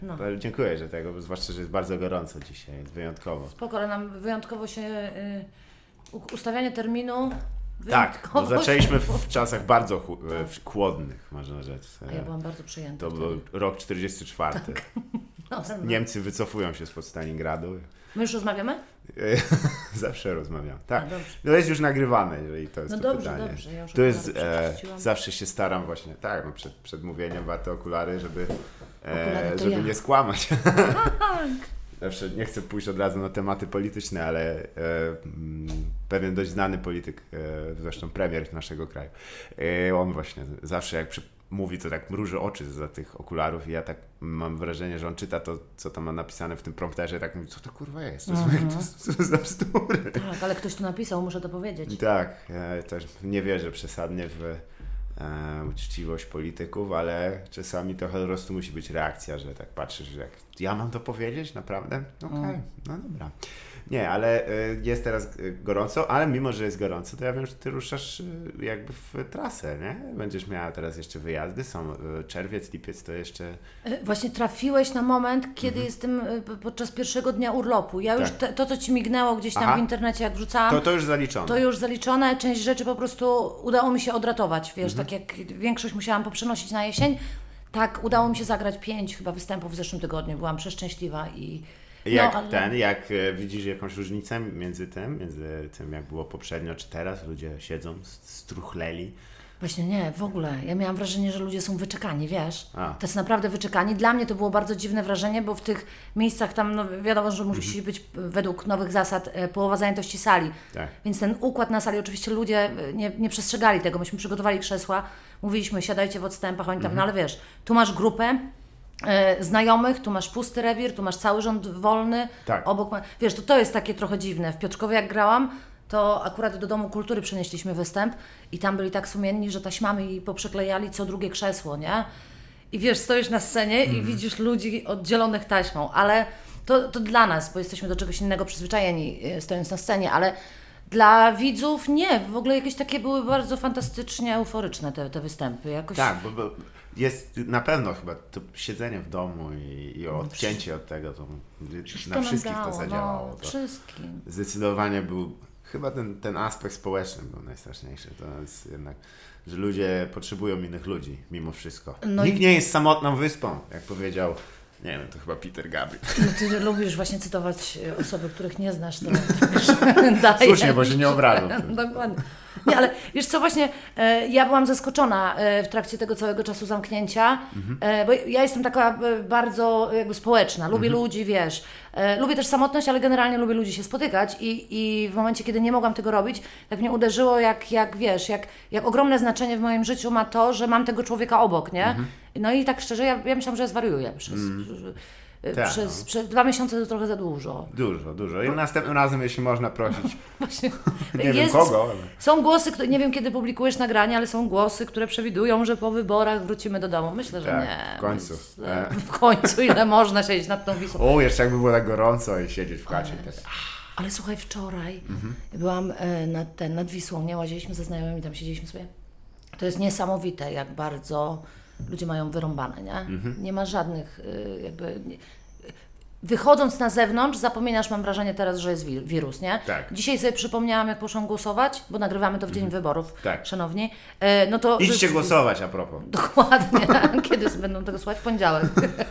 No. Dziękuję, że tego, bo zwłaszcza, że jest bardzo gorąco dzisiaj, jest wyjątkowo. Spoko, ale nam wyjątkowo się ustawianie terminu. Tak, bo zaczęliśmy w czasach bardzo chłodnych, można rzec. A ja byłam bardzo przejęta. To był rok 44. Tak. No, Niemcy wycofują się spod Stalingradu. My już rozmawiamy? Zawsze rozmawiam. Tak. Dobrze. No jest już nagrywane, jeżeli to jest No to dobrze, pytanie. dobrze. Ja już To jest, przeczyściłam. zawsze się staram właśnie, tak, no przed mówieniem warto okulary, żeby to żeby ja. nie skłamać. Tak. Zawsze nie chcę pójść od razu na tematy polityczne, ale pewien dość znany polityk, zresztą premier naszego kraju, on właśnie zawsze jak mówi, to tak mruży oczy za tych okularów i ja tak mam wrażenie, że on czyta to, co tam ma napisane w tym prompterze i tak mówi, co to kurwa jest? To za bzdury. Tak, ale ktoś to napisał, muszę to powiedzieć. Tak, ja też nie wierzę przesadnie w uczciwość polityków, ale czasami to po prostu musi być reakcja, że tak patrzysz, że jak ja mam to powiedzieć? Naprawdę? Okej, no dobra. Nie, ale jest teraz gorąco, ale mimo, że jest gorąco, to ja wiem, że ty ruszasz jakby w trasę, nie? Będziesz miała teraz jeszcze wyjazdy, są czerwiec, lipiec, to jeszcze... Właśnie trafiłeś na moment, kiedy jestem podczas pierwszego dnia urlopu. Ja już Tak. to, co Ci mignęło gdzieś tam w internecie, jak wrzucałam, To już zaliczone. to już zaliczone. Część rzeczy po prostu udało mi się odratować, wiesz, tak jak większość musiałam poprzenosić na jesień, tak udało mi się zagrać 5 chyba występów w zeszłym tygodniu. Byłam przeszczęśliwa i... Jak widzisz jakąś różnicę między tym jak było poprzednio, czy teraz ludzie siedzą, struchleli? Właśnie nie, w ogóle. Ja miałam wrażenie, że ludzie są wyczekani, wiesz? A. To jest naprawdę wyczekani. Dla mnie to było bardzo dziwne wrażenie, bo w tych miejscach tam, no wiadomo, że musi być według nowych zasad połowa zajętości sali. Tak. Więc ten układ na sali, oczywiście ludzie nie przestrzegali tego. Myśmy przygotowali krzesła, mówiliśmy, siadajcie w odstępach, oni tam, no ale wiesz, tu masz grupę znajomych, tu masz pusty rewir, tu masz cały rząd wolny, Tak. obok wiesz, to jest takie trochę dziwne. W Piotrkowie jak grałam, to akurat do Domu Kultury przenieśliśmy występ i tam byli tak sumienni, że taśmami poprzyklejali co drugie krzesło, nie? I wiesz, stoisz na scenie i widzisz ludzi oddzielonych taśmą, ale to dla nas, bo jesteśmy do czegoś innego przyzwyczajeni stojąc na scenie, ale dla widzów nie, w ogóle jakieś takie były bardzo fantastycznie euforyczne te występy. Jakoś... Tak, bo jest na pewno chyba to siedzenie w domu i odcięcie od tego, to na wszystkich to zadziałało. No, wszystkim. Zdecydowanie był, chyba ten aspekt społeczny był najstraszniejszy. To jest jednak, że ludzie potrzebują innych ludzi mimo wszystko. No Nikt nie jest samotną wyspą, jak powiedział, nie wiem, to chyba Peter Gabriel. No ty lubisz właśnie cytować osoby, których nie znasz, to daje. Słusznie, bo się nie obrażą. Dokładnie. Nie, ale wiesz co, właśnie ja byłam zaskoczona w trakcie tego całego czasu zamknięcia, bo ja jestem taka bardzo jakby społeczna, lubię ludzi, wiesz, lubię też samotność, ale generalnie lubię ludzi się spotykać i w momencie, kiedy nie mogłam tego robić, tak mnie uderzyło, jak wiesz, jak ogromne znaczenie w moim życiu ma to, że mam tego człowieka obok, nie? No i tak szczerze, ja myślałam, że ja zwariuję przez 2 miesiące to trochę za dużo. Dużo. I następnym razem, jeśli można prosić, Właśnie. nie wiem kogo. Ale... Są głosy, nie wiem kiedy publikujesz nagranie, ale są głosy, które przewidują, że po wyborach wrócimy do domu. Myślę, że Tak, nie. w końcu. W końcu, ile można siedzieć nad tą Wisłą. O, jeszcze jakby było tak gorąco i siedzieć w chacie. Ale słuchaj, wczoraj byłam nad Wisłą, nie? Łaziliśmy ze znajomymi, tam siedzieliśmy sobie. To jest niesamowite, jak bardzo ludzie mają wyrąbane, nie? Nie ma żadnych jakby... Wychodząc na zewnątrz, zapominasz, mam wrażenie teraz, że jest wirus, nie? Tak. Dzisiaj sobie przypomniałam, jak poszłam głosować, bo nagrywamy to w dzień wyborów, Tak. szanowni. No to Idźcie głosować a propos. Dokładnie. Kiedy będą tego słuchać? W poniedziałek.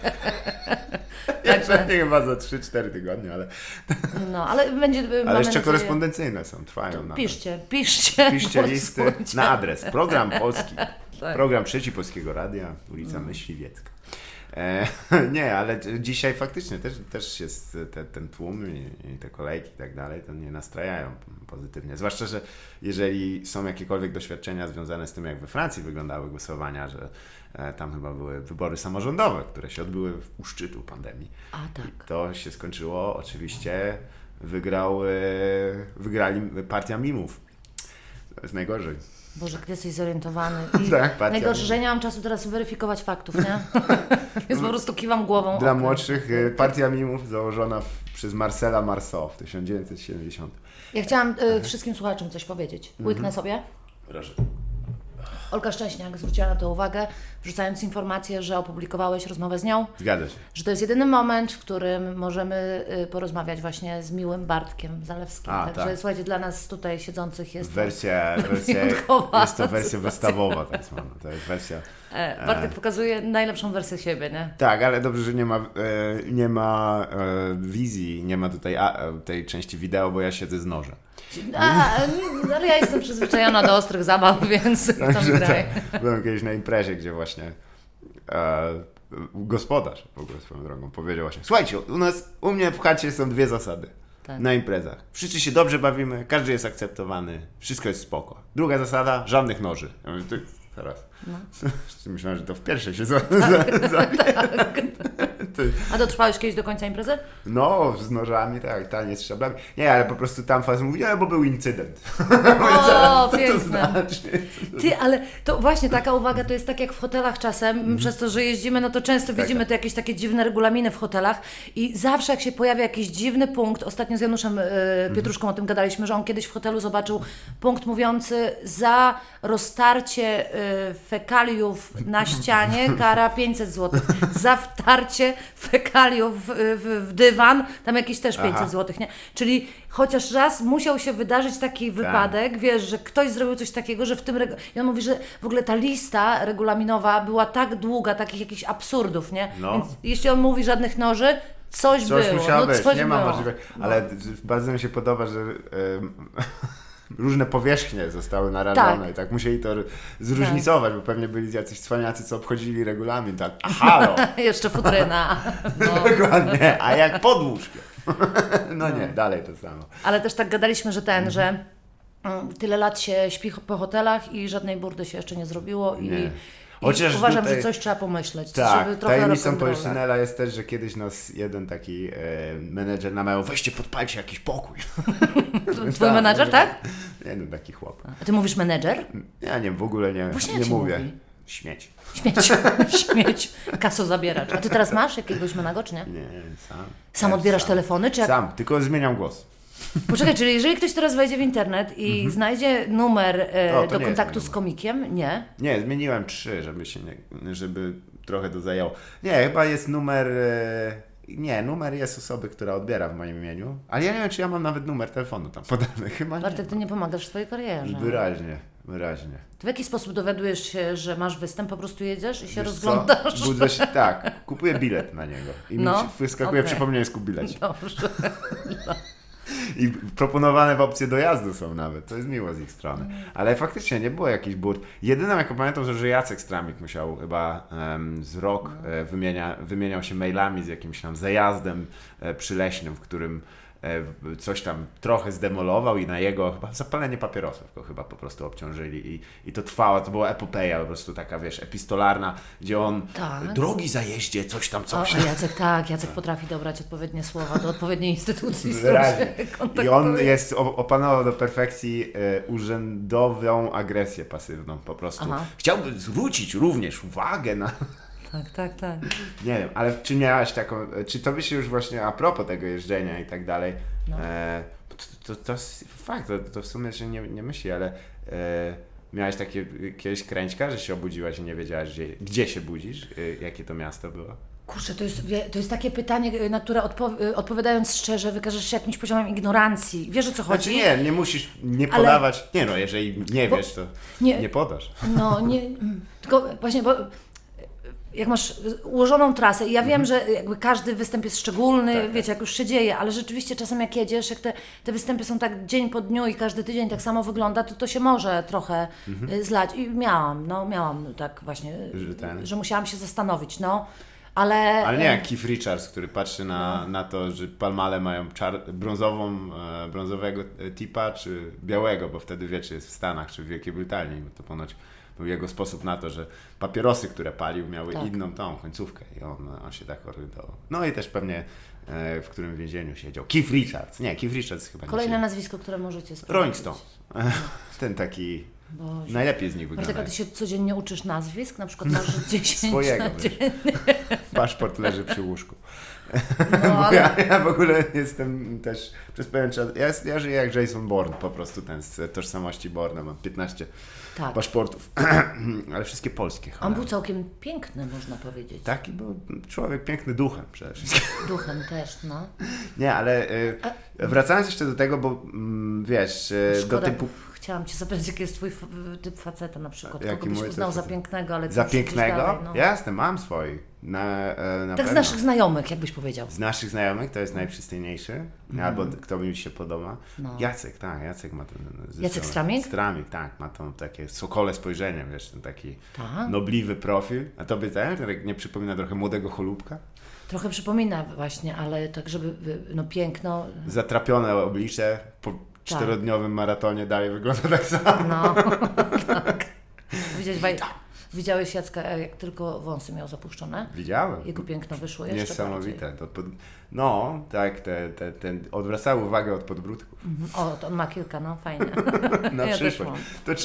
Także chyba za 3-4 tygodnie, ale... No, ale będzie... Ale jeszcze korespondencyjne są, trwają na Piszcie. Piszcie listy na adres. Program Polski. Tak. Program Trzeci Polskiego Radia, ulica Myśliwiecka. Nie, ale dzisiaj faktycznie też jest ten tłum i te kolejki i tak dalej, to nie nastrajają pozytywnie. Zwłaszcza, że jeżeli są jakiekolwiek doświadczenia związane z tym, jak we Francji wyglądały głosowania, że tam chyba były wybory samorządowe, które się odbyły u szczytu pandemii. A tak. I to się skończyło oczywiście, wygrali partia mimów. To jest najgorzej. Boże, ty jesteś zorientowany. I Tak, najgorsze, że nie mam czasu teraz weryfikować faktów, nie? Więc po prostu kiwam głową. Dla młodszych partia mimów założona przez Marcela Marceau w 1970. Ja chciałam wszystkim słuchaczom coś powiedzieć. Łyknę sobie. Proszę. Olga Szczęśniak zwróciła na to uwagę, wrzucając informację, że opublikowałeś rozmowę z nią. Zgadza się. Że to jest jedyny moment, w którym możemy porozmawiać właśnie z miłym Bartkiem Zalewskim. Także tak. słuchajcie, dla nas tutaj siedzących jest Wersja jest to wersja wystawowa, tak zwana. To jest wersja. Bartek pokazuje najlepszą wersję siebie, nie? Tak, ale dobrze, że nie ma wizji, nie ma tutaj tej części wideo, bo ja siedzę z nożem. Ale ja jestem przyzwyczajona do ostrych zabaw, więc tam graj. Byłem kiedyś na imprezie, gdzie właśnie gospodarz, w ogóle swoją drogą, powiedział właśnie: słuchajcie, u mnie w chacie są 2 zasady na imprezach. Wszyscy się dobrze bawimy, każdy jest akceptowany, wszystko jest spoko. Druga zasada, żadnych noży. Ja mówię, teraz. Myślałem, że to w pierwszej się A dotrwałeś kiedyś do końca imprezy? No, z nożami, tak, tanie z szablami. Nie, ale po prostu tam facet mówi, bo był incydent. O, piękne. Ty, ale to właśnie taka uwaga, to jest tak jak w hotelach czasem, przez to, że jeździmy, no to często widzimy tu jakieś takie dziwne regulaminy w hotelach i zawsze jak się pojawia jakiś dziwny punkt, ostatnio z Januszem Pietruszką o tym gadaliśmy, że on kiedyś w hotelu zobaczył punkt mówiący: za roztarcie fekaliów na ścianie kara 500 zł. Za wtarcie fekaliów w dywan, tam jakieś też 500 zł, nie? Czyli chociaż raz musiał się wydarzyć taki wypadek, wiesz, że ktoś zrobił coś takiego, że w tym... I on mówi, że w ogóle ta lista regulaminowa była tak długa, takich jakichś absurdów, nie? No. Więc jeśli on mówi żadnych noży, coś było. Musiało być, coś nie ma było. możliwości. Ale bardzo mi się podoba, że różne powierzchnie zostały narażone i tak musieli to zróżnicować, bo pewnie byli jacyś cwaniacy, co obchodzili regulamin, tak, halo! Jeszcze futryna. Dokładnie, a jak pod łóżkiem? No nie, dalej to samo. Ale też tak gadaliśmy, że że tyle lat się śpi po hotelach i żadnej burdy się jeszcze nie zrobiło i uważam, że coś trzeba pomyśleć, tak, żeby trochę tajemnicą Poliszynela jest też, że kiedyś nas jeden taki menedżer namawiał: weźcie, podpalcie jakiś pokój. Twój menedżer, tak? Nie, no taki chłop. A ty mówisz menedżer? Ja nie, w ogóle nie mówię. Mówi? Śmieć. Śmieć. Kasozabieracz. A ty teraz masz jakiegoś menego, czy nie? Nie, sam. Sam odbierasz telefony? Czy jak... Sam, tylko zmieniam głos. Poczekaj, czyli jeżeli ktoś teraz wejdzie w internet i znajdzie numer do kontaktu z komikiem, nie? Nie, zmieniłem 3, żeby trochę to zajęło. Nie, chyba jest numer... numer jest osoby, która odbiera w moim imieniu, ale ja nie wiem, czy ja mam nawet numer telefonu tam podany. Chyba nie. Bartek, ty nie pomagasz w swojej karierze. Wyraźnie. To w jaki sposób dowiadujesz się, że masz występ? Po prostu jedziesz i się rozglądasz? Tak, kupuję bilet na niego i mi wyskakuje przypomnienie z bilecie. Dobrze. I proponowane w opcje dojazdu są nawet. To jest miło z ich strony. Ale faktycznie nie było jakichś burd. Jedyną, jaką pamiętam, że Jacek Stramik musiał chyba z rok wymieniał się mailami z jakimś tam zajazdem przyleśnym, w którym coś tam trochę zdemolował i na jego chyba zapalenie papierosów go chyba po prostu obciążyli i to trwało, to była epopeja po prostu taka, wiesz, epistolarna, gdzie on drogi zajeździe, coś tam. Jacek potrafi dobrać odpowiednie słowa do odpowiedniej instytucji. I on opanował do perfekcji urzędową agresję pasywną po prostu. Chciałby zwrócić również uwagę na... Tak. Nie wiem, ale czy miałaś taką, czy to by się już właśnie a propos tego jeżdżenia i tak dalej, to fakt, to w sumie się nie myśli, ale miałaś takie kiedyś kręćka, że się obudziłaś i nie wiedziałaś, gdzie się budzisz, jakie to miasto było? Kurczę, to jest takie pytanie, na które odpowiadając szczerze, wykażesz się jakimś poziomem ignorancji. Wiesz, o co chodzi? Znaczy nie musisz podawać, jeżeli nie wiesz, to nie podasz. No, nie, tylko właśnie, bo jak masz ułożoną trasę i ja wiem, że jakby każdy występ jest szczególny, wiecie, jak już się dzieje, ale rzeczywiście czasem jak jedziesz, jak te występy są tak dzień po dniu i każdy tydzień tak samo wygląda, to się może trochę zlać. I miałam tak właśnie, że musiałam się zastanowić, ale nie jak Keith Richards, który patrzy na to, że Palmale mają brązowego tipa, czy białego, bo wtedy wie, czy jest w Stanach, czy w Wielkiej Brytanii, bo to ponoć był jego sposób na to, że papierosy, które palił, miały inną tą końcówkę i on się tak orientował. No i też pewnie w którym więzieniu siedział. Keith Richards chyba kolejne nie nazwisko, które możecie sprawdzić. Rolling Stone. Ten taki Boże. Najlepiej z nich Bartek, a wygląda. ty się codziennie uczysz nazwisk? Na przykład masz 10 Swojego, na wiesz. dzień. Paszport leży przy łóżku. No, Bo ale... ja w ogóle jestem też przez pewien czas. Ja żyję jak Jason Bourne, po prostu ten z tożsamości Bourne. Mam 15 Tak. paszportów, ale wszystkie polskie. On był całkiem piękny, można powiedzieć. Taki był człowiek piękny duchem przede wszystkim. Duchem też, no. Nie, ale wracając jeszcze do tego, bo wiesz, Szkoda, do typu... chciałam Cię zapytać, jaki jest Twój typ faceta na przykład. Jaki Kogo byś mój typ uznał za faceta? pięknego, ale ty Za już idziesz pięknego? dalej, no. Jasne, mam swoich. Na Tak z pewno. naszych znajomych, jakbyś powiedział. Z naszych znajomych to jest najprzystojniejszy, albo kto mi się podoba. No. Jacek, tak, Jacek ma ten... Jacek Stramik? Stramik, tak, ma to takie sokole spojrzenie, wiesz, ten taki Tak. nobliwy profil. A tobie tak nie przypomina trochę młodego cholubka? Trochę przypomina właśnie, ale tak, żeby, no piękno, Zatrapione oblicze po 4-dniowym maratonie dalej wygląda tak samo. no, tak. Widziałeś Jacka, jak tylko wąsy miał zapuszczone? Widziałem. Jego piękno wyszło jeszcze Niesamowite. No, tak, ten odwracały uwagę od podbródków. bardziej. O, to on ma kilka, no fajnie. Na Ja też przyszłość. mam.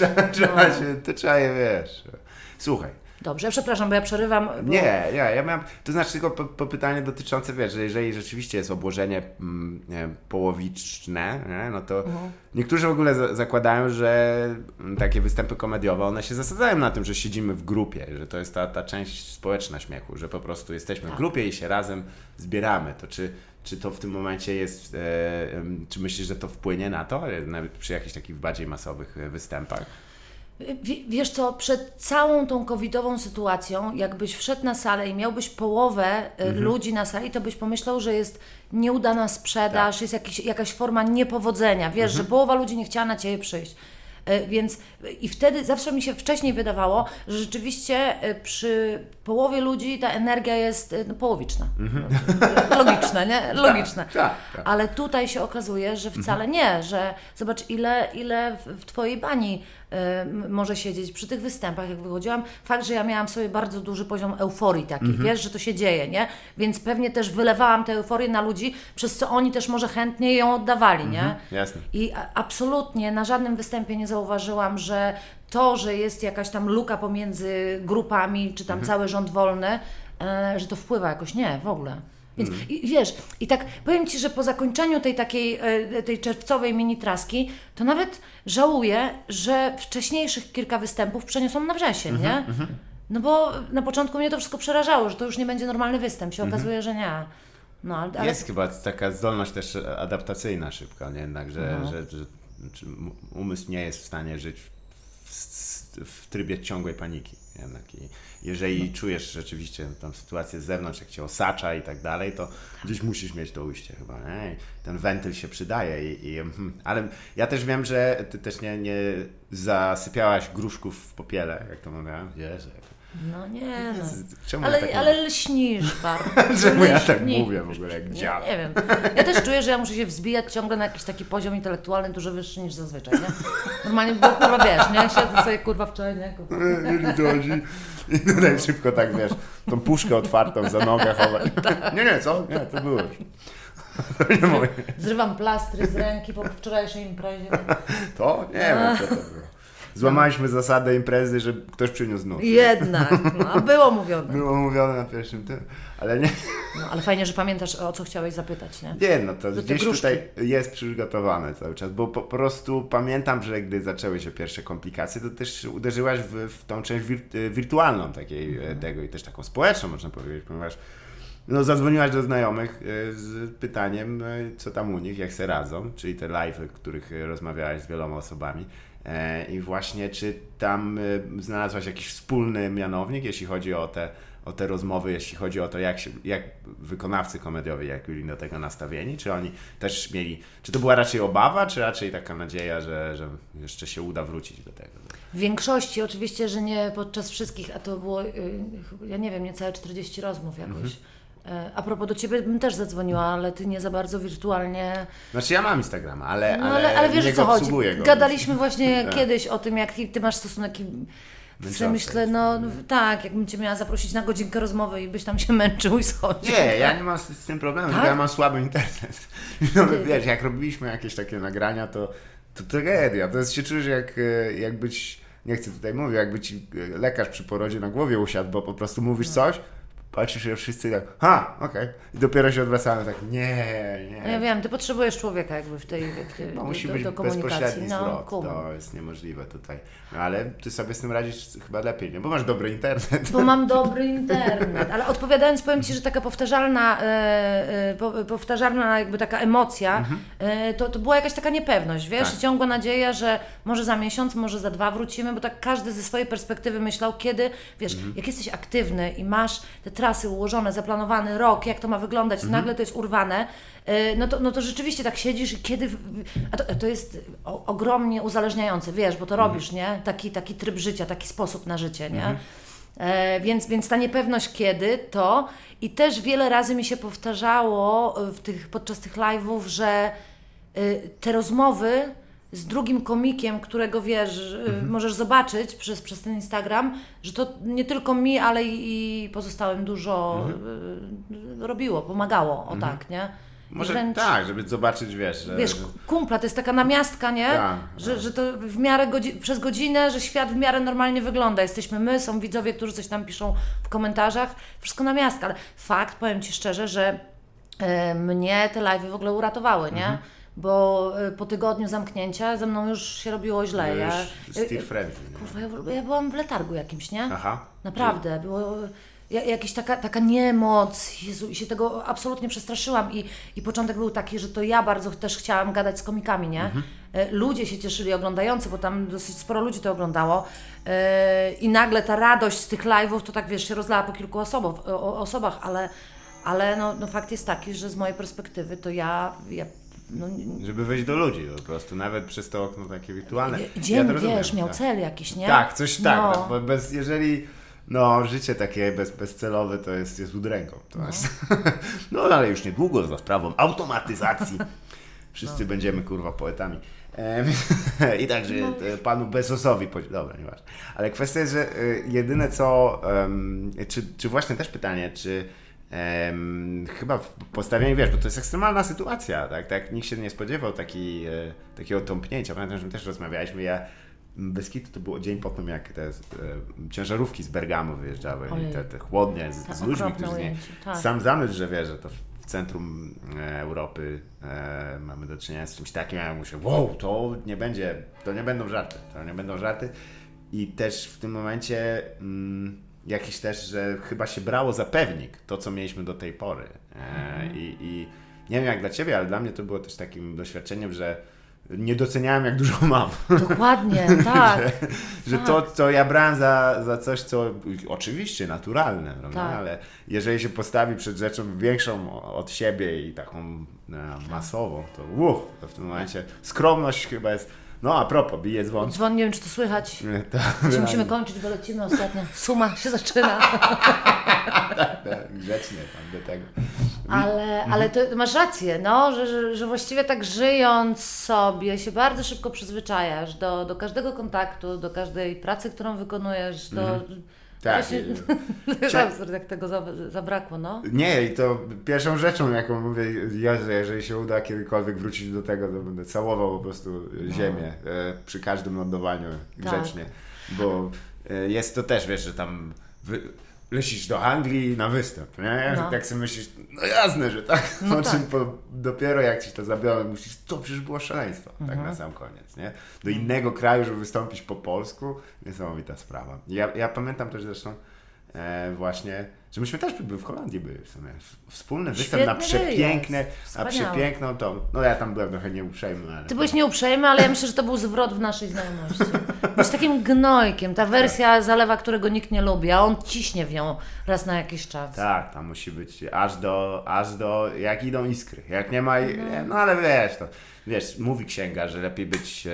To trzeba je, wiesz. Słuchaj. Dobrze, przepraszam, bo ja przerywam. Bo... Nie, ja miałem, to znaczy tylko po pytanie dotyczące, wiesz, że jeżeli rzeczywiście jest obłożenie nie wiem, połowiczne, nie, no to niektórzy w ogóle zakładają, że takie występy komediowe, one się zasadzają na tym, że siedzimy w grupie, że to jest ta część społeczna śmiechu, że po prostu jesteśmy w grupie i się razem zbieramy. To czy to w tym momencie jest, czy myślisz, że to wpłynie na to, nawet przy jakichś takich bardziej masowych występach? Wiesz co, przed całą tą covidową sytuacją, jakbyś wszedł na salę i miałbyś połowę ludzi na sali, to byś pomyślał, że jest nieudana sprzedaż, jest jakaś forma niepowodzenia. Wiesz, że połowa ludzi nie chciała na Ciebie przyjść. Więc i wtedy zawsze mi się wcześniej wydawało, że rzeczywiście przy połowie ludzi ta energia jest połowiczna. Logiczna, nie? Logiczna. Tak. Ale tutaj się okazuje, że wcale nie, że zobacz ile w Twojej bani może siedzieć przy tych występach, jak wychodziłam. Fakt, że ja miałam w sobie bardzo duży poziom euforii taki, wiesz, że to się dzieje, nie? Więc pewnie też wylewałam tę euforię na ludzi, przez co oni też może chętnie ją oddawali, nie? Jasne. I absolutnie na żadnym występie nie zauważyłam, że to, że jest jakaś tam luka pomiędzy grupami, czy tam cały rząd wolny, że to wpływa jakoś, nie, w ogóle. Więc i wiesz, i tak powiem Ci, że po zakończeniu tej czerwcowej mini-traski, to nawet żałuję, że wcześniejszych kilka występów przeniosłam na wrzesień, nie? No bo na początku mnie to wszystko przerażało, że to już nie będzie normalny występ. Się okazuje, że nie. No, ale... Jest chyba taka zdolność też adaptacyjna szybka, nie? Jednak, że umysł nie jest w stanie żyć w trybie ciągłej paniki. Jednak i jeżeli czujesz rzeczywiście tą sytuację z zewnątrz, jak Cię osacza i tak dalej, to gdzieś musisz mieć to ujście chyba, nie? I ten wentyl się przydaje. Ale ja też wiem, że Ty też nie zasypiałaś gruszków w popiele, jak to mówiłem. Jezu, No nie, no. Czemu ja tak Ale lśnisz bardzo. Czemu ja tak mówię w ogóle, jak dział? Nie wiem. Ja też czuję, że ja muszę się wzbijać ciągle na jakiś taki poziom intelektualny dużo wyższy niż zazwyczaj, nie? Normalnie, bo kurwa wiesz, nie? Siedzę sobie kurwa wczoraj, nie? I tutaj szybko tak, wiesz, tą puszkę otwartą za nogę chować. Nie, co? Nie, to było już. To nie moje. Zrywam plastry z ręki po wczorajszej imprezie. To? Nie wiem, co to było. Złamaliśmy zasadę imprezy, że ktoś przyniósł nóż. Jednak, no, a było mówione. Było mówione na pierwszym tym, ale nie. No, ale fajnie, że pamiętasz, o co chciałeś zapytać, nie? Nie, no to gdzieś gruszki. tutaj jest przygotowane cały czas, bo po prostu pamiętam, że gdy zaczęły się pierwsze komplikacje, to też uderzyłaś w tą część wirtualną takiej tego i też taką społeczną, można powiedzieć, ponieważ no, zadzwoniłaś do znajomych z pytaniem, co tam u nich, jak se radzą, czyli te live'y, w których rozmawiałaś z wieloma osobami. I właśnie, czy tam znalazłaś jakiś wspólny mianownik, jeśli chodzi o te rozmowy, jeśli chodzi o to, jak wykonawcy komediowi, jak byli do tego nastawieni, czy oni też mieli, czy to była raczej obawa, czy raczej taka nadzieja, że jeszcze się uda wrócić do tego? W większości oczywiście, że nie podczas wszystkich, a to było, ja nie wiem, niecałe 40 rozmów jakoś. A propos, do Ciebie bym też zadzwoniła, ale Ty nie za bardzo wirtualnie... Znaczy ja mam Instagrama, ale, No, ale wiesz, nie o co go chodzi. obsługuję go. Gadaliśmy właśnie kiedyś o tym, jaki Ty masz stosunek. Męczące Myślę, jest, no tak, jakbym Cię miała zaprosić na godzinkę rozmowy i byś tam się męczył i schodził. Nie, ja nie mam z tym problemu, Tak? tylko ja mam słaby internet. No, wiesz, jak robiliśmy jakieś takie nagrania, to To tragedia, to jest się czujesz jak być, nie chcę tutaj mówić, jakby ci lekarz przy porodzie na głowie usiadł, bo po prostu mówisz coś, patrzysz się wszyscy tak, okej. I dopiero się odwracamy tak, nie. No ja wiem, ty potrzebujesz człowieka jakby w tej No, musi być do komunikacji. bezpośredni zwrot, to jest niemożliwe tutaj. No, ale ty sobie z tym radzisz chyba lepiej, nie? Bo masz dobry internet. Bo mam dobry internet, ale odpowiadając, powiem Ci, że taka powtarzalna jakby taka emocja, to była jakaś taka niepewność, wiesz, Tak. i ciągła nadzieja, że może za miesiąc, może za 2 wrócimy, bo tak każdy ze swojej perspektywy myślał, kiedy, wiesz, jak jesteś aktywny i masz te trasy ułożone, zaplanowany rok, jak to ma wyglądać, nagle to jest urwane, no to rzeczywiście tak siedzisz i kiedy... A to jest ogromnie uzależniające, wiesz, bo to robisz, nie? Taki tryb życia, taki sposób na życie, nie? Więc ta niepewność kiedy to i też wiele razy mi się powtarzało podczas tych live'ów, że te rozmowy z drugim komikiem, którego wiesz, możesz zobaczyć przez ten Instagram, że to nie tylko mi, ale i pozostałym dużo robiło, pomagało, o tak, nie? Może wręcz, tak, żeby zobaczyć, wiesz... Wiesz, kumpla, to jest taka namiastka, nie? Tak, że to w miarę przez godzinę, że świat w miarę normalnie wygląda. Jesteśmy my, są widzowie, którzy coś tam piszą w komentarzach. Wszystko namiastka, ale fakt, powiem Ci szczerze, że mnie te live'y w ogóle uratowały, nie? Bo po tygodniu zamknięcia ze mną już się robiło źle. Steve Friendly. Kurwa, ja byłam w letargu jakimś, nie? Aha. Naprawdę, było... Jakaś taka niemoc, Jezu, i się tego absolutnie przestraszyłam i początek był taki, że to ja bardzo też chciałam gadać z komikami, nie? Ludzie się cieszyli oglądający, bo tam dosyć sporo ludzi to oglądało i nagle ta radość z tych live'ów to tak, wiesz, się rozlała po kilku osobach, ale no fakt jest taki, że z mojej perspektywy to no, żeby wejść do ludzi po prostu, nawet przez to okno takie wirtualne. Dzień, to rozumiem, wiesz, miał tak. cel jakiś, nie? Tak, coś tak, No. bo jeżeli życie takie bezcelowe to jest udręką. No ale już niedługo za sprawą automatyzacji wszyscy będziemy kurwa poetami. I także panu Bezosowi dobra, nieważne. Ale kwestia jest, że jedyne co, czy właśnie też pytanie, czy chyba postawienie, wiesz, bo to jest ekstremalna sytuacja, tak nikt się nie spodziewał takiego tąpnięcia. Pamiętam, że my też rozmawialiśmy, bez kitu to było dzień po tym, jak te ciężarówki z Bergamo wyjeżdżały i te chłodnie z ludźmi, którzy sam zamysł, że wiesz, że to w centrum Europy mamy do czynienia z czymś takim, ja myślę, wow, to nie będą żarty. I też w tym momencie jakiś też, że chyba się brało za pewnik to, co mieliśmy do tej pory. I nie wiem jak dla Ciebie, ale dla mnie to było też takim doświadczeniem, że nie doceniałem, jak dużo mam. Dokładnie, tak. że to, co ja brałem za coś, co oczywiście naturalne, prawda? Tak. Ale jeżeli się postawi przed rzeczą większą od siebie i taką masową, to w tym momencie skromność chyba jest. No a propos, bije dzwon. Dzwon, nie wiem, czy to słychać. Czy musimy kończyć, bo lecimy ostatnio. Suma się zaczyna. tak, grzecznie tam do tego. Ale to masz rację, no, że właściwie tak żyjąc sobie się bardzo szybko przyzwyczajasz do każdego kontaktu, do każdej pracy, którą wykonujesz, Tak. Absurd, jak tego zabrakło, no. Nie, i to pierwszą rzeczą, jaką mówię, jeżeli się uda kiedykolwiek wrócić do tego, to będę całował po prostu ziemię przy każdym lądowaniu grzecznie. Bo jest to też, wiesz, że tam lecisz do Anglii na występ, nie? No. Tak sobie myślisz, no jasne, że tak. No czym tak. dopiero jak ci to zabiorą, myślisz, to przecież było szaleństwo, tak na sam koniec, nie? Do innego kraju, żeby wystąpić po polsku, niesamowita sprawa. Ja pamiętam też zresztą właśnie, że myśmy też w Holandii byli w sumie. Wspólny występ na przepiękną tą. No ja tam byłem trochę nieuprzejmy. Ale Ty byłeś nieuprzejmy, ale ja myślę, że to był zwrot w naszej znajomości. Byłeś takim gnojkiem, ta wersja zalewa, którego nikt nie lubi, a on ciśnie w nią raz na jakiś czas. Tak, tam musi być aż do jak idą iskry. Jak nie ma, no ale wiesz, mówi księga, że lepiej być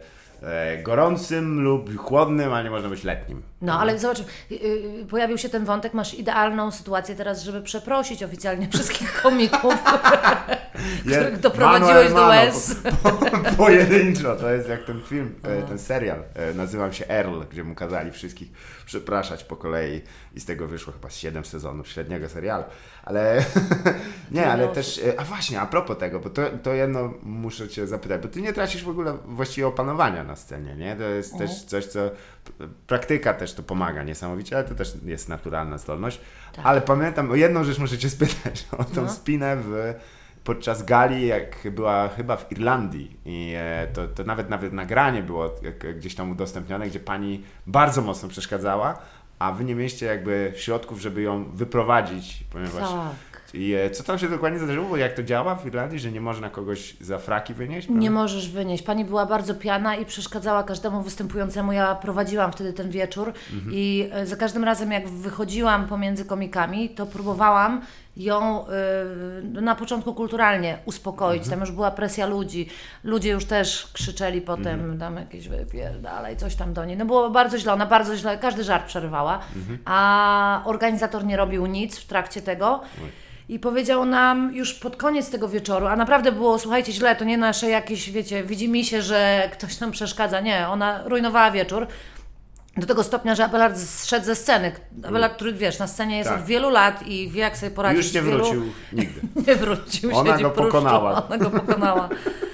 gorącym lub chłodnym, a nie można być letnim. No, ale zobacz, pojawił się ten wątek, masz idealną sytuację teraz, żeby przeprosić oficjalnie wszystkich komików, których doprowadziłeś do łez. Pojedynczo, to jest jak ten film, ten serial, nazywam się Earl, gdzie mu kazali wszystkich przepraszać po kolei i z tego wyszło chyba 7 sezonów średniego serialu, ale Nie, ale też, a właśnie, a propos tego, bo to jedno muszę cię zapytać, bo ty nie tracisz w ogóle właściwie opanowania na scenie, nie? To jest też coś, co praktyka też to pomaga niesamowicie, ale to też jest naturalna zdolność. Tak. Ale pamiętam, o jedną rzecz muszę cię spytać, o tą spinę podczas gali, jak była chyba w Irlandii i to nawet nagranie było gdzieś tam udostępnione, gdzie pani bardzo mocno przeszkadzała, a wy nie mieliście jakby środków, żeby ją wyprowadzić, ponieważ... Tak. I co tam się dokładnie zdarzyło? Jak to działa w Irlandii, że nie można kogoś za fraki wynieść? Prawda? Nie możesz wynieść. Pani była bardzo pijana i przeszkadzała każdemu występującemu. Ja prowadziłam wtedy ten wieczór i za każdym razem jak wychodziłam pomiędzy komikami, to próbowałam ją na początku kulturalnie uspokoić. Tam już była presja ludzi. Ludzie już też krzyczeli potem, tam jakieś wypierdalaj, coś tam do niej. No było bardzo źle, ona bardzo źle, każdy żart przerywała, a organizator nie robił nic w trakcie tego. I powiedział nam już pod koniec tego wieczoru, a naprawdę było, słuchajcie, źle, to nie nasze jakieś, wiecie, widzi mi się, że ktoś nam przeszkadza. Nie, ona rujnowała wieczór. Do tego stopnia, że Abelard zszedł ze sceny. Abelard, który wiesz, na scenie jest od wielu lat i wie, jak sobie poradzić. Już nie wrócił nigdy. Nie wrócił. Ona go pokonała. Ona go pokonała.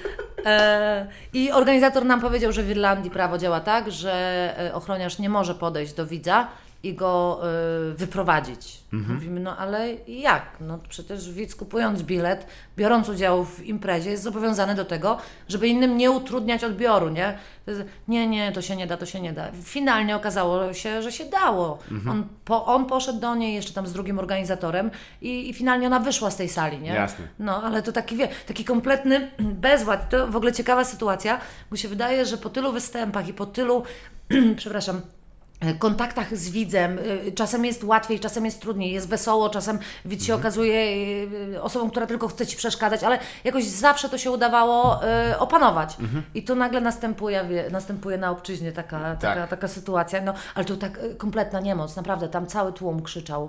I organizator nam powiedział, że w Irlandii prawo działa tak, że ochroniarz nie może podejść do widza i go wyprowadzić. Mówimy, no ale jak? No przecież widz kupując bilet, biorąc udział w imprezie jest zobowiązany do tego, żeby innym nie utrudniać odbioru, nie? Nie, to się nie da, to się nie da. Finalnie okazało się, że się dało. On poszedł do niej jeszcze tam z drugim organizatorem i finalnie ona wyszła z tej sali, nie? Jasne. No, ale to taki kompletny bezwład. To w ogóle ciekawa sytuacja, bo się wydaje, że po tylu występach i po tylu, przepraszam, kontaktach z widzem, czasem jest łatwiej, czasem jest trudniej, jest wesoło, czasem widz się okazuje osobą, która tylko chce Ci przeszkadzać, ale jakoś zawsze to się udawało opanować. I tu nagle następuje na obczyźnie taka sytuacja, no, ale to tak kompletna niemoc, naprawdę, tam cały tłum krzyczał.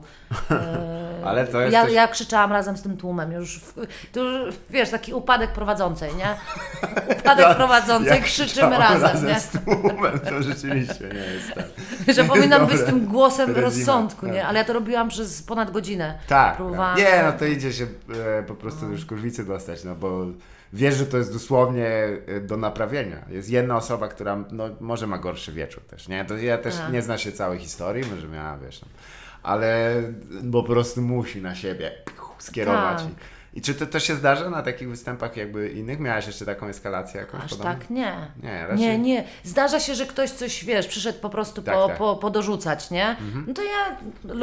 Ale to jest ja krzyczałam razem z tym tłumem, już wiesz, taki upadek prowadzącej, nie? Upadek prowadzącej, krzyczymy razem, nie? Z tłumem, to rzeczywiście nie jest tak. Że powinnam być tym głosem Rezima, rozsądku, nie? Ale ja to robiłam przez ponad godzinę. Tak. Próbowałam. Nie, no to idzie się po prostu już kurwicy dostać, no bo wiesz, że to jest dosłownie do naprawienia. Jest jedna osoba, która może ma gorszy wieczór też, nie? To ja też nie zna się całej historii, może miała, wiesz, ale po prostu musi na siebie skierować. Tak. I czy to się zdarza na takich występach jakby innych? Miałaś jeszcze taką eskalację jakąś? Aż podobną? tak nie. Nie, raczej... nie. Zdarza się, że ktoś coś, wiesz, przyszedł po prostu podorzucać, nie? No to ja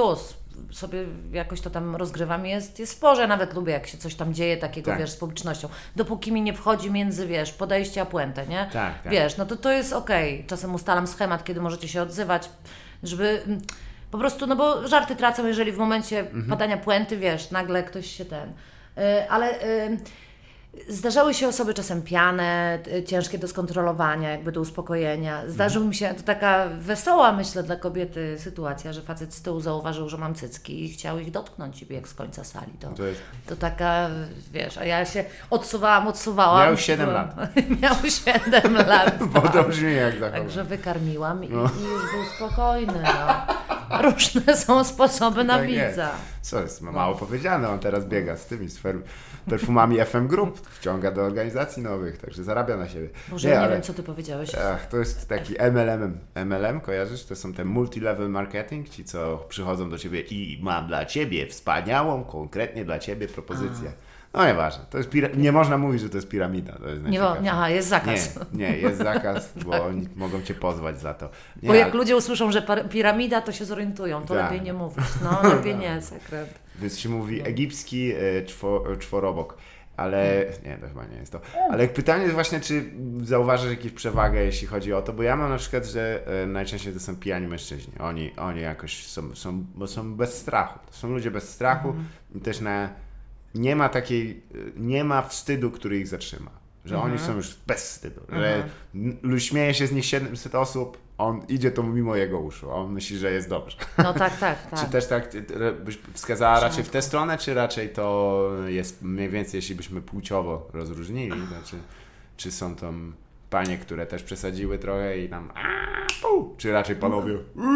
sobie jakoś to tam rozgrywam, jest w porze, nawet lubię, jak się coś tam dzieje takiego, wiesz, z publicznością. Dopóki mi nie wchodzi między, wiesz, podejście a puentę, nie? Tak. Wiesz, no to jest okej. Czasem ustalam schemat, kiedy możecie się odzywać, żeby... Po prostu, no bo żarty tracą, jeżeli w momencie podania puenty, wiesz, nagle ktoś się ale zdarzały się osoby czasem pijane, ciężkie do skontrolowania, jakby do uspokojenia. Zdarzył mi się, to taka wesoła, myślę, dla kobiety sytuacja, że facet z tyłu zauważył, że mam cycki i chciał ich dotknąć i biegł z końca sali. To taka, wiesz, a ja się odsuwałam. Miał 7 lat. Miał 7 lat. Bo to brzmi jak zachowanie. Także wykarmiłam i już był spokojny. No. Różne są sposoby na widza. Co jest mało powiedziane, on teraz biega z tymi perfumami FM Group, wciąga do organizacji nowych, także zarabia na siebie. Boże, nie wiem, co Ty powiedziałeś. To jest taki MLM, kojarzysz? To są te multi-level marketing, ci co przychodzą do Ciebie i mam dla Ciebie wspaniałą, konkretnie dla Ciebie propozycję. No nieważne, to jest nie można mówić, że to jest piramida. To jest jest zakaz. Nie, jest zakaz, bo oni mogą Cię pozwać za to. Bo jak ludzie usłyszą, że piramida, to się zorientują, to lepiej nie mówić. No, lepiej nie, sekret. Więc się mówi egipski czworobok. Ale nie, to chyba nie jest to. Ale pytanie jest właśnie, czy zauważasz jakąś przewagę, jeśli chodzi o to, bo ja mam na przykład, że najczęściej to są pijani mężczyźni. Oni jakoś są bez strachu. To są ludzie bez strachu i też nie ma wstydu, który ich zatrzyma. Że oni są już bez wstydu. Że śmieje się z nich 700 osób, on idzie to mimo jego uszu, on myśli, że jest dobrze. No tak. Czy też tak byś wskazała raczej w tę stronę, czy raczej to jest mniej więcej, jeśli byśmy płciowo rozróżnili, znaczy, czy są tam panie, które też przesadziły trochę i tam Czy raczej panowie?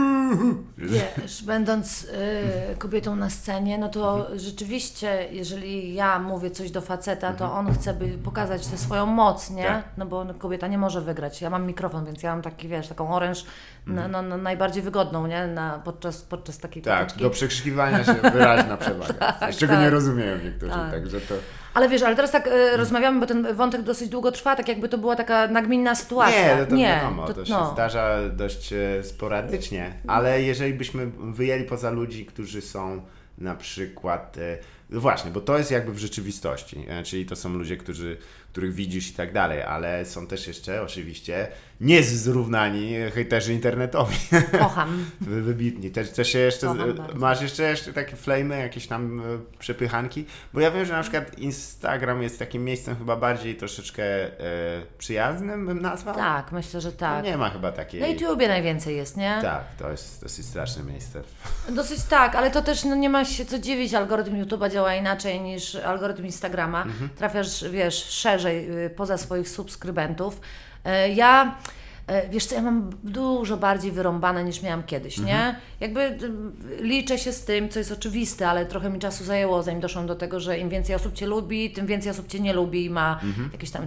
Wiesz, będąc kobietą na scenie, no to rzeczywiście, jeżeli ja mówię coś do faceta, to on chce pokazać tę swoją moc, nie? Tak. No bo kobieta nie może wygrać. Ja mam mikrofon, więc ja mam taki, wiesz, taką oręż najbardziej wygodną, nie? Podczas takiej Tak, koteczki. do przekrzykiwania się wyraźna przewaga. Tak, czego nie tak. rozumieją niektórzy, Tak. także to... Ale wiesz, ale teraz tak rozmawiamy, bo ten wątek dosyć długo trwa, tak jakby to była taka nagminna sytuacja. Nie, to wiadomo, to się zdarza dość sporadycznie, ale jeżeli byśmy wyjęli poza ludzi, którzy są na przykład... No właśnie, bo to jest jakby w rzeczywistości, czyli to są ludzie, których widzisz i tak dalej, ale są też jeszcze oczywiście niezrównani hejterzy internetowi. Kocham. Wybitni. Też się jeszcze, masz jeszcze takie flamy, jakieś tam przepychanki? Bo ja wiem, że na przykład Instagram jest takim miejscem chyba bardziej troszeczkę przyjaznym, bym nazwał. Tak, myślę, że tak. No nie ma chyba takiej... Na YouTubie najwięcej jest, nie? Tak, to jest dosyć straszne miejsce. Dosyć tak, ale to też nie ma się co dziwić, algorytm YouTube'a działa inaczej niż algorytm Instagrama. Trafiasz, wiesz, szerzej poza swoich subskrybentów. Wiesz co, ja mam dużo bardziej wyrąbane niż miałam kiedyś, nie? Jakby liczę się z tym, co jest oczywiste, ale trochę mi czasu zajęło, zanim doszłam do tego, że im więcej osób Cię lubi, tym więcej osób Cię nie lubi i ma jakieś tam...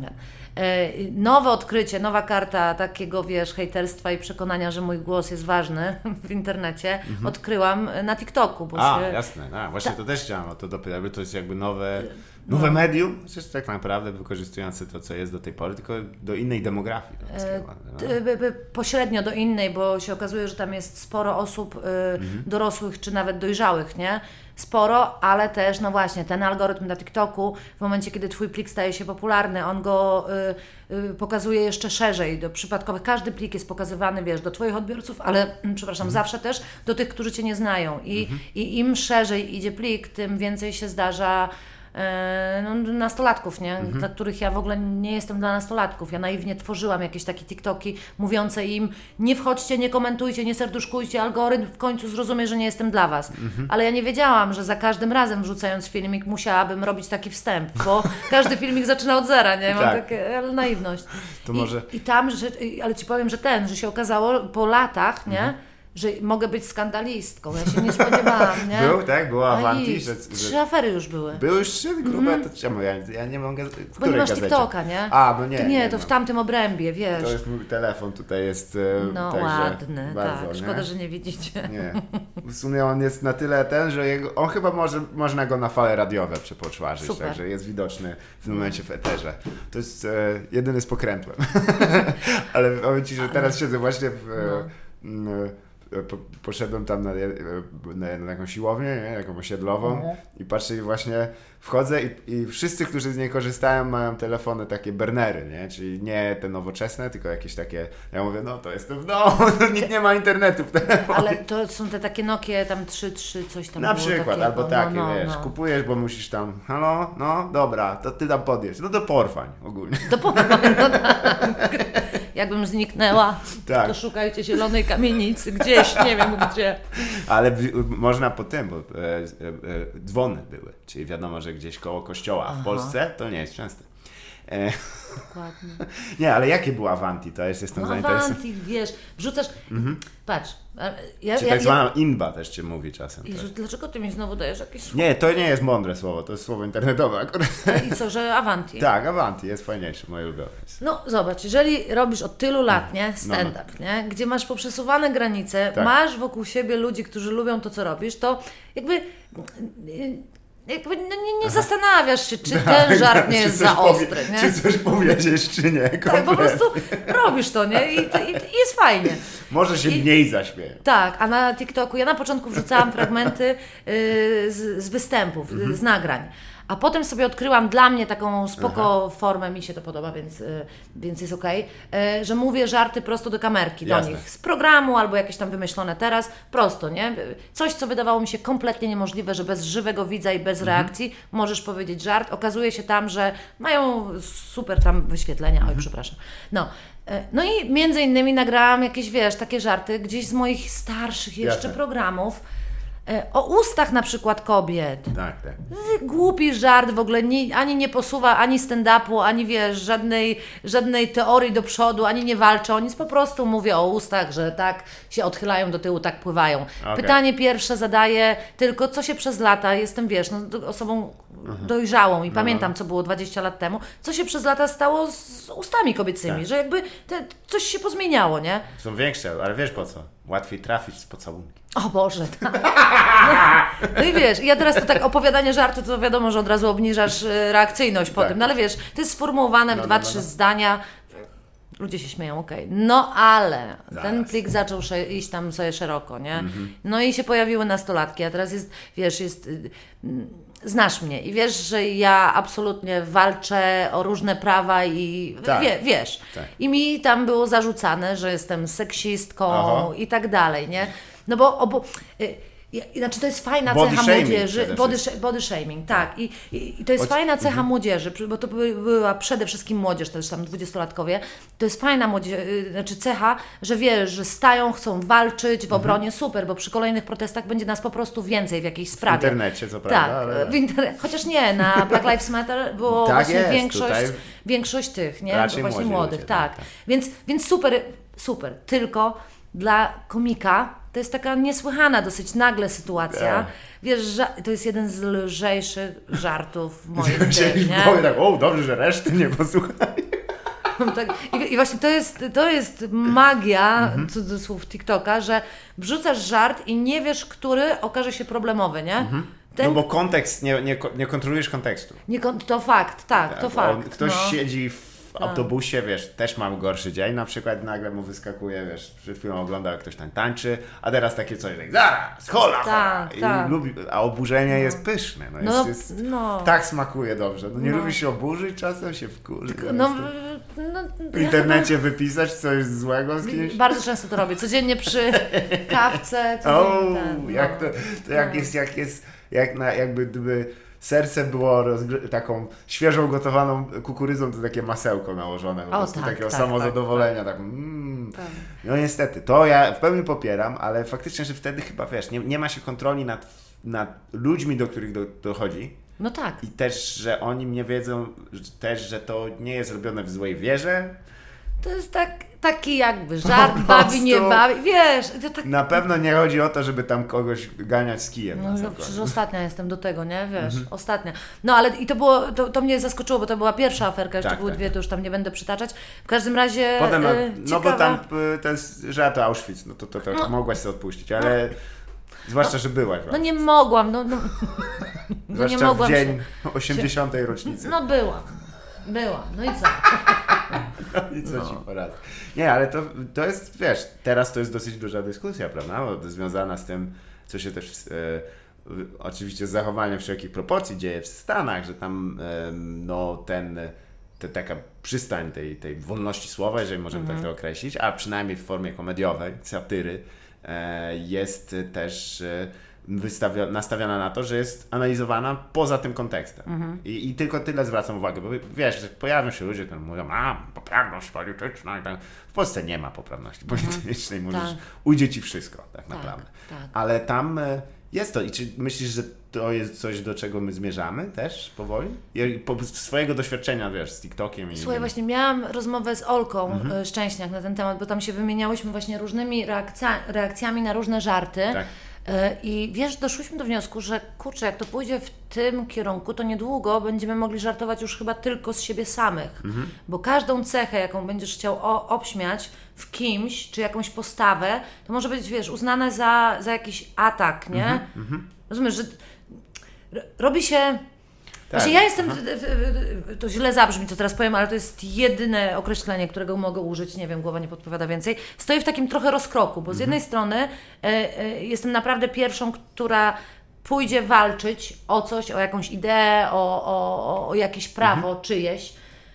Nowe odkrycie, nowa karta takiego, wiesz, hejterstwa i przekonania, że mój głos jest ważny w internecie, odkryłam na TikToku. Bo jasne. Właśnie to też chciałam o to dopytać, bo to jest jakby nowe medium, przecież tak naprawdę wykorzystujące to, co jest do tej pory, tylko do innej demografii. Pośrednio do innej, bo się okazuje, że tam jest sporo osób dorosłych czy nawet dojrzałych, nie? Sporo, ale też, no właśnie, ten algorytm na TikToku, w momencie, kiedy Twój plik staje się popularny, on go pokazuje jeszcze szerzej, do przypadkowych. Każdy plik jest pokazywany, wiesz, do Twoich odbiorców, ale, zawsze też do tych, którzy Cię nie znają. I im szerzej idzie plik, tym więcej się zdarza nastolatków, nie? Dla których ja w ogóle nie jestem dla nastolatków. Ja naiwnie tworzyłam jakieś takie TikToki mówiące im: nie wchodźcie, nie komentujcie, nie serduszkujcie, algorytm w końcu zrozumie, że nie jestem dla Was. Ale ja nie wiedziałam, że za każdym razem wrzucając filmik musiałabym robić taki wstęp, bo każdy filmik zaczyna od zera, nie? Mam takie naiwność. To może... I tam, ale Ci powiem, że się okazało po latach, nie? Że mogę być skandalistką. Ja się nie spodziewałam, nie? Było Avanti, że 3 afery już były. Były już 3 grube? To czemu? Ja nie mogę... Bo nie masz TikToka, nie? No nie. Nie, to w tamtym obrębie, wiesz. To jest mój telefon, tutaj jest... No także ładny, bardzo, tak. Szkoda, że nie widzicie. Nie. W sumie on jest na tyle że on chyba można go na fale radiowe przepoczwarzyć, Super. także jest widoczny w tym momencie w eterze. To jest jedyny z pokrętłem. Ale powiem Ci, że teraz siedzę właśnie poszedłem tam na jakąś siłownię, nie? Jakąś osiedlową i patrzę i właśnie wchodzę i wszyscy, którzy z niej korzystają, mają telefony takie burnery, nie? Czyli nie te nowoczesne, tylko jakieś takie, ja mówię, no to jestem w domu, nikt nie ma internetu w telefonie. Ale to są te takie Nokie tam 3.3, coś tam na było przykład, takiego. albo takie, wiesz, kupujesz, bo musisz tam, halo, no dobra, to ty tam podjedź, no do Porwań ogólnie. Do Porwań, no tak. Jakbym zniknęła, tak. To szukajcie zielonej kamienicy gdzieś, nie wiem gdzie. Ale można po tym, bo dzwony były, czyli wiadomo, że gdzieś koło kościoła. W Polsce to nie jest częste. Dokładnie. Nie, ale jakie było Avanti? To jestem zainteresowany. Avanti, wiesz, wrzucasz, patrz. Czy tak zwana inba też Cię mówi czasem. Jezu, dlaczego Ty mi znowu dajesz jakieś słowo? Nie, to nie jest mądre słowo, to jest słowo internetowe akurat. I co, że Avanti? Tak, Avanti jest fajniejsze, moje ulubione. No zobacz, jeżeli robisz od tylu lat, nie, stand-up, nie, gdzie maż poprzesuwane granice, masz wokół siebie ludzi, którzy lubią to, co robisz, to jakby nie zastanawiasz się, czy ten żart nie jest za ostry, nie? Czy coś powiedzieć, czy nie. Tak, po prostu robisz to, nie? I jest fajnie. Może się mniej zaśmieję. Tak, a na TikToku ja na początku wrzucałam fragmenty z występów, z nagrań. A potem sobie odkryłam dla mnie taką spoko formę, mi się to podoba, więc jest okej, że mówię żarty prosto do kamerki, do nich. Z programu albo jakieś tam wymyślone teraz, prosto, nie? Coś, co wydawało mi się kompletnie niemożliwe, że bez żywego widza i bez reakcji możesz powiedzieć żart. Okazuje się tam, że mają super tam wyświetlenia. Oj, przepraszam. No i między innymi nagrałam jakieś, wiesz, takie żarty gdzieś z moich starszych jeszcze programów. o ustach na przykład kobiet. Tak. Głupi żart w ogóle, ani nie posuwa ani stand-upu, ani wiesz, żadnej teorii do przodu, ani nie walczy o nic, po prostu mówię o ustach, że tak się odchylają do tyłu, tak pływają. Okay. Pytanie pierwsze zadaję tylko, co się przez lata, jestem wiesz, osobą dojrzałą i pamiętam, co było 20 lat temu, co się przez lata stało z ustami kobiecymi, że jakby coś się pozmieniało, nie? Są większe, ale wiesz po co? Łatwiej trafić z pocałunki. O Boże, tak. No i wiesz, ja teraz to tak opowiadanie żartu, to wiadomo, że od razu obniżasz reakcyjność po tym, no ale wiesz, to jest sformułowane w 2-3 zdania, ludzie się śmieją, okej. No ale ten plik zaczął iść tam sobie szeroko, nie? No i się pojawiły nastolatki, a teraz jest, wiesz, znasz mnie i wiesz, że ja absolutnie walczę o różne prawa i wiesz. Tak. I mi tam było zarzucane, że jestem seksistką i tak dalej, nie? No bo znaczy to jest fajna cecha młodzieży, body shaming, tak. I to jest fajna cecha młodzieży, bo to była przede wszystkim młodzież, też tam 20-latkowie. To jest fajna cecha, że wiesz, że stają, chcą walczyć w obronie, super, bo przy kolejnych protestach będzie nas po prostu więcej w jakiejś sprawie. W internecie, co prawda. Tak, ale... chociaż nie, na Black Lives Matter było właśnie większość tych, nie? Raczej właśnie młodych, ludzie, tak. Więc super, tylko dla komika to jest taka niesłychana dosyć nagle sytuacja. Wiesz, że to jest jeden z lżejszych żartów w moim życiu, nie? Tak, dobrze, że reszty nie posłuchali. Tak, i właśnie to jest magia, cudzysłów TikToka, że wrzucasz żart i nie wiesz, który okaże się problemowy, nie? No bo kontekst, nie kontrolujesz kontekstu. To fakt, tak, to fakt. Ktoś siedzi w autobusie, wiesz, też mam gorszy dzień, na przykład nagle mu wyskakuje, wiesz, przed chwilą oglądał, jak ktoś tam tańczy, a teraz takie coś, jak zaraz, hola, a oburzenie jest pyszne, tak smakuje dobrze, nie lubi się oburzyć, czasem się wkurzy. W internecie wypisać coś złego z kimś? Bardzo często to robię, codziennie przy kawce. Jakby gdyby serce było taką świeżą gotowaną kukurydzą, to takie masełko nałożone, po prostu takiego samozadowolenia. Tak. No niestety, to ja w pełni popieram, ale faktycznie, że wtedy chyba, wiesz, nie ma się kontroli nad ludźmi, do których dochodzi. No tak. I też, że oni nie wiedzą, że to nie jest robione w złej wierze. To jest taki jakby żart, bawi, nie bawi, wiesz. To tak... Na pewno nie chodzi o to, żeby tam kogoś ganiać z kijem. No przecież ostatnia jestem do tego, nie? Wiesz, ostatnia. No ale i to mnie zaskoczyło, bo to była pierwsza aferka, jeszcze były dwie, to już tam nie będę przytaczać. W każdym razie potem, bo tam ten żart Auschwitz, to mogłaś sobie odpuścić, ale... Zwłaszcza, że byłaś. No nie mogłam, Zwłaszcza nie mogłam w dzień 80. rocznicy. No byłam, no i co? I co ci poradzę. Nie, ale to jest, wiesz, teraz to jest dosyć duża dyskusja, prawda? Bo związana z tym, co się też oczywiście z zachowaniem wszelkich proporcji dzieje w Stanach, że tam taka przystań tej wolności słowa, jeżeli możemy tak to określić, a przynajmniej w formie komediowej, satyry, jest też nastawiona na to, że jest analizowana poza tym kontekstem. I tylko tyle zwracam uwagę, bo wiesz, że pojawią się ludzie, którzy mówią, poprawność polityczna. W Polsce nie ma poprawności politycznej, ujdzie ci wszystko, tak naprawdę. Tak. Ale tam jest to. I czy myślisz, że to jest coś, do czego my zmierzamy też powoli? Swojego doświadczenia, wiesz, z TikTokiem. Słuchaj, właśnie miałam rozmowę z Olką Szczęśniak na ten temat, bo tam się wymieniałyśmy właśnie różnymi reakcjami na różne żarty. Tak. I wiesz, doszłyśmy do wniosku, że kurczę, jak to pójdzie w tym kierunku, to niedługo będziemy mogli żartować już chyba tylko z siebie samych. Bo każdą cechę, jaką będziesz chciał obśmiać w kimś, czy jakąś postawę, to może być, wiesz, uznane za jakiś atak, nie? Rozumiesz, że robi się... Właśnie ja jestem, to źle zabrzmi, co teraz powiem, ale to jest jedyne określenie, którego mogę użyć, nie wiem, głowa nie podpowiada więcej. Stoję w takim trochę rozkroku, bo z jednej strony jestem naprawdę pierwszą, która pójdzie walczyć o coś, o jakąś ideę, o jakieś prawo czyjeś,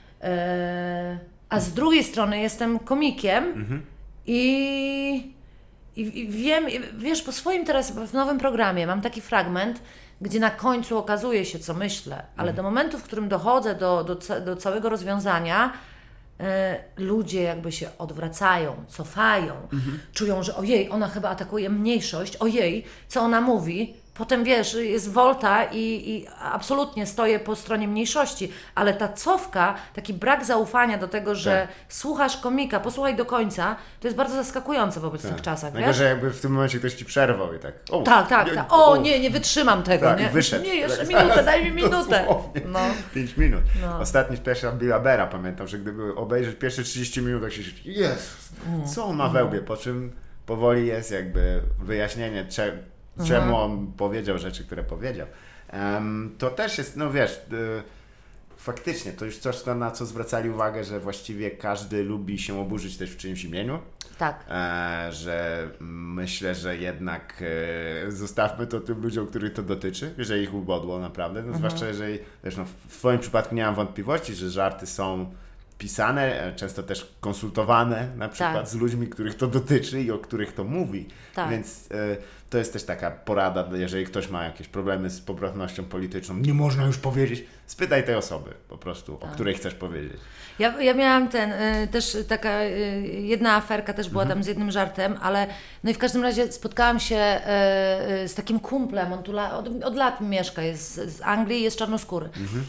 a z drugiej strony jestem komikiem i wiem, wiesz, po swoim teraz, w nowym programie mam taki fragment, gdzie na końcu okazuje się, co myślę, ale do momentu, w którym dochodzę do całego rozwiązania, ludzie jakby się odwracają, cofają, czują, że ojej, ona chyba atakuje mniejszość, ojej, co ona mówi. Potem wiesz, jest wolta i absolutnie stoję po stronie mniejszości, ale ta cofka, taki brak zaufania do tego, że słuchasz komika, posłuchaj do końca, to jest bardzo zaskakujące w obecnych czasach, wiesz? Że jakby w tym momencie ktoś ci przerwał i tak. Tak. Nie wytrzymam tego, tak, nie? I wyszedł. Nie, jeszcze minutę, daj mi minutę. No. 5 minut. Ostatni special Billa Beara, pamiętam, że gdyby obejrzeć pierwsze 30 minut, tak się Jezus, co on ma we łbie, po czym powoli jest jakby wyjaśnienie, czemu on powiedział rzeczy, które powiedział. To też jest, no wiesz, faktycznie, to już coś, na co zwracali uwagę, że właściwie każdy lubi się oburzyć też w czyimś imieniu. Tak. Że myślę, że jednak zostawmy to tym ludziom, których to dotyczy, że ich ubodło naprawdę. No, zwłaszcza jeżeli, wiesz, no, w twoim przypadku nie mam wątpliwości, że żarty są pisane, często też konsultowane na przykład z ludźmi, których to dotyczy i o których to mówi. Tak. Więc to jest też taka porada, jeżeli ktoś ma jakieś problemy z poprawnością polityczną, nie można już powiedzieć, spytaj tej osoby po prostu, o której chcesz powiedzieć. Ja miałam też taka jedna aferka też była tam z jednym żartem, ale no i w każdym razie spotkałam się z takim kumplem, on tu od lat mieszka, jest z Anglii, jest czarnoskóry.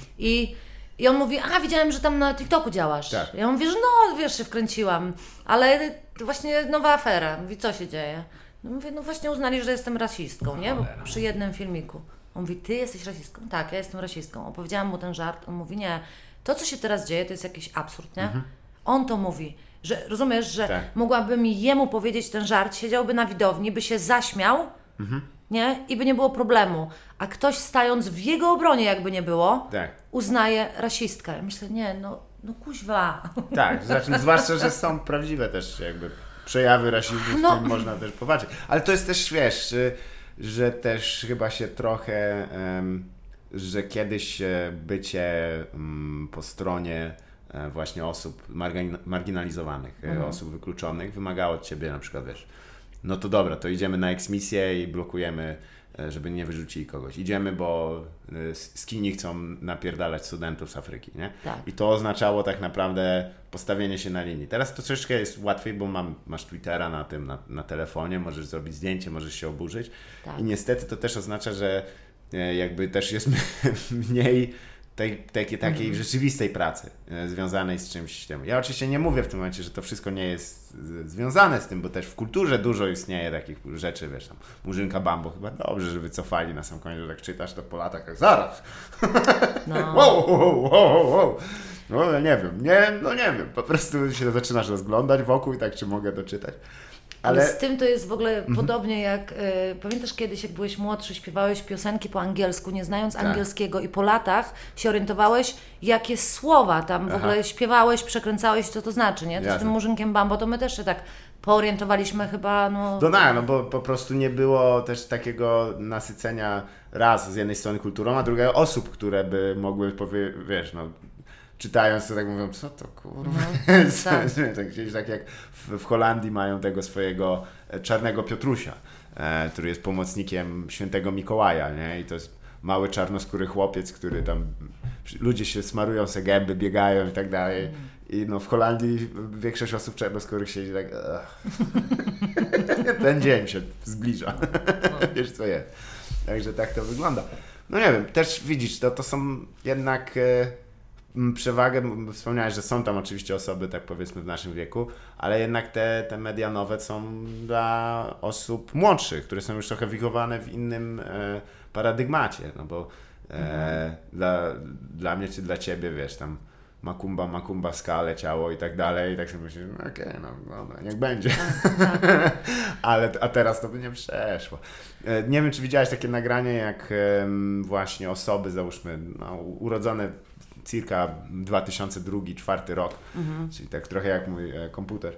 I on mówi, widziałem, że tam na TikToku działasz. Tak. Ja mówię, że no, wiesz, się wkręciłam, ale to właśnie nowa afera. Mówi, co się dzieje? No mówię, no właśnie uznali, że jestem rasistką, nie? Bo przy jednym filmiku. On mówi, ty jesteś rasistką? Tak, ja jestem rasistką. Opowiedziałam mu ten żart, on mówi, nie, to co się teraz dzieje, to jest jakiś absurd, nie? On to mówi, że rozumiesz, że mogłabym jemu powiedzieć ten żart, siedziałby na widowni, by się zaśmiał, nie? I by nie było problemu. A ktoś stając w jego obronie, jakby nie było, uznaje rasistkę. Ja myślę, nie, no kuźwa. Tak, zwłaszcza, że są prawdziwe też jakby przejawy rasizmu, w którym można też popatrzeć. Ale to jest też, wiesz, że też chyba się trochę, że kiedyś bycie po stronie właśnie osób marginalizowanych, osób wykluczonych wymagało od ciebie na przykład, wiesz, no to dobra, to idziemy na eksmisję i blokujemy, żeby nie wyrzucili kogoś. Idziemy, bo skini chcą napierdalać studentów z Afryki, nie? Tak. I to oznaczało tak naprawdę postawienie się na linii. Teraz to troszeczkę jest łatwiej, bo masz Twittera na telefonie, możesz zrobić zdjęcie, możesz się oburzyć. Tak. I niestety to też oznacza, że jakby też jest mniej takiej rzeczywistej pracy związanej z czymś tym. Ja oczywiście nie mówię w tym momencie, że to wszystko nie jest związane z tym, bo też w kulturze dużo istnieje takich rzeczy, wiesz, tam Murzynka Bambo chyba dobrze, że wycofali na sam koniec, że tak czytasz to po latach, jak zaraz. No. wow. No nie wiem, po prostu się zaczynasz rozglądać wokół i tak, czy mogę to czytać. Ale z tym to jest w ogóle podobnie jak, pamiętasz kiedyś, jak byłeś młodszy, śpiewałeś piosenki po angielsku, nie znając angielskiego i po latach się orientowałeś, jakie słowa tam w ogóle śpiewałeś, przekręcałeś, co to znaczy, nie? To z tym Murzynkiem Bambo, to my też się tak poorientowaliśmy chyba, no bo po prostu nie było też takiego nasycenia raz z jednej strony kulturą, a drugiej osób, które by mogły wiesz, czytając to tak mówią, co to kurwa jest? Tak. Gdzieś tak jak w Holandii mają tego swojego czarnego Piotrusia, który jest pomocnikiem świętego Mikołaja, nie? I to jest mały czarnoskóry chłopiec, który tam, ludzie się smarują se gęby, biegają i tak dalej. I w Holandii większość osób czarnoskórych siedzi tak ten dzień się zbliża. Wiesz co jest. Także tak to wygląda. No nie wiem, też widzisz, to są jednak przewagę, wspomniałeś, że są tam oczywiście osoby, tak powiedzmy w naszym wieku, ale jednak te media nowe są dla osób młodszych, które są już trochę wychowane w innym paradygmacie, no bo dla mnie czy dla ciebie, wiesz, tam Makumba ska leciało i tak dalej i tak sobie myślę, okej, dobra, niech będzie. A teraz to by nie przeszło. Nie wiem, czy widziałeś takie nagranie, jak właśnie osoby, załóżmy, urodzone circa 2002-2004 rok, czyli tak trochę jak mój komputer.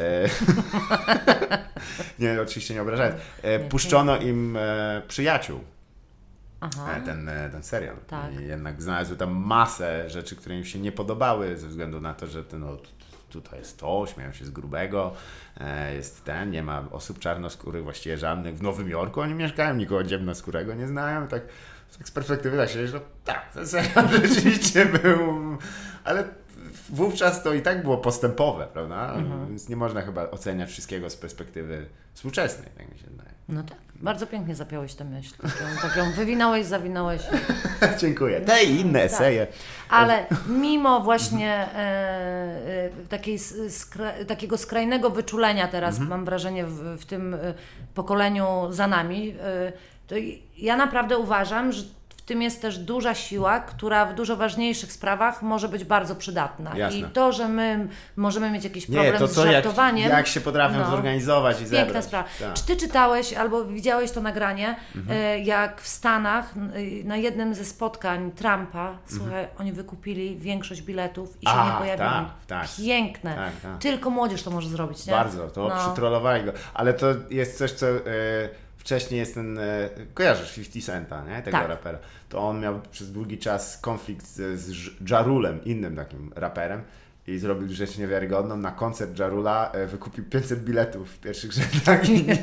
Nie, oczywiście nie obrażając. Puszczono im Przyjaciół. Ten serial. Tak. I jednak znalazły tam masę rzeczy, które im się nie podobały ze względu na to, że tutaj jest to, śmieją się z grubego, nie ma osób czarnoskórych, właściwie żadnych. W Nowym Jorku oni mieszkają, nikogo ciemnoskórego nie znają. Tak z perspektywy tak się, że tak, ten serial rzeczywiście był, ale wówczas to i tak było postępowe, prawda? Więc nie można chyba oceniać wszystkiego z perspektywy współczesnej, tak mi się wydaje. No tak, bardzo pięknie zapiąłeś tę myśl. Taką wywinąłeś, zawinąłeś. Dziękuję. Te i inne eseje. Ale mimo właśnie takiego skrajnego wyczulenia teraz, mam wrażenie, w tym pokoleniu za nami, to ja naprawdę uważam, że w tym jest też duża siła, która w dużo ważniejszych sprawach może być bardzo przydatna. Jasne. I to, że my możemy mieć jakiś problem z to żartowaniem... jak się potrafią zorganizować i zebrać. Piękna sprawa. Tak. Czy ty czytałeś albo widziałeś to nagranie, jak w Stanach na jednym ze spotkań Trumpa, słuchaj, oni wykupili większość biletów i się nie pojawili. Tak. Piękne. Tak. Tylko młodzież to może zrobić, nie? Bardzo, to przytrollowali go. Ale to jest coś, co wcześniej jest ten, kojarzysz 50 Centa, nie? Tego rapera. To on miał przez długi czas konflikt z Ja Rulem, innym takim raperem. I zrobił rzecz niewiarygodną. Na koncert Ja Rula wykupił 500 biletów w pierwszych rzędach.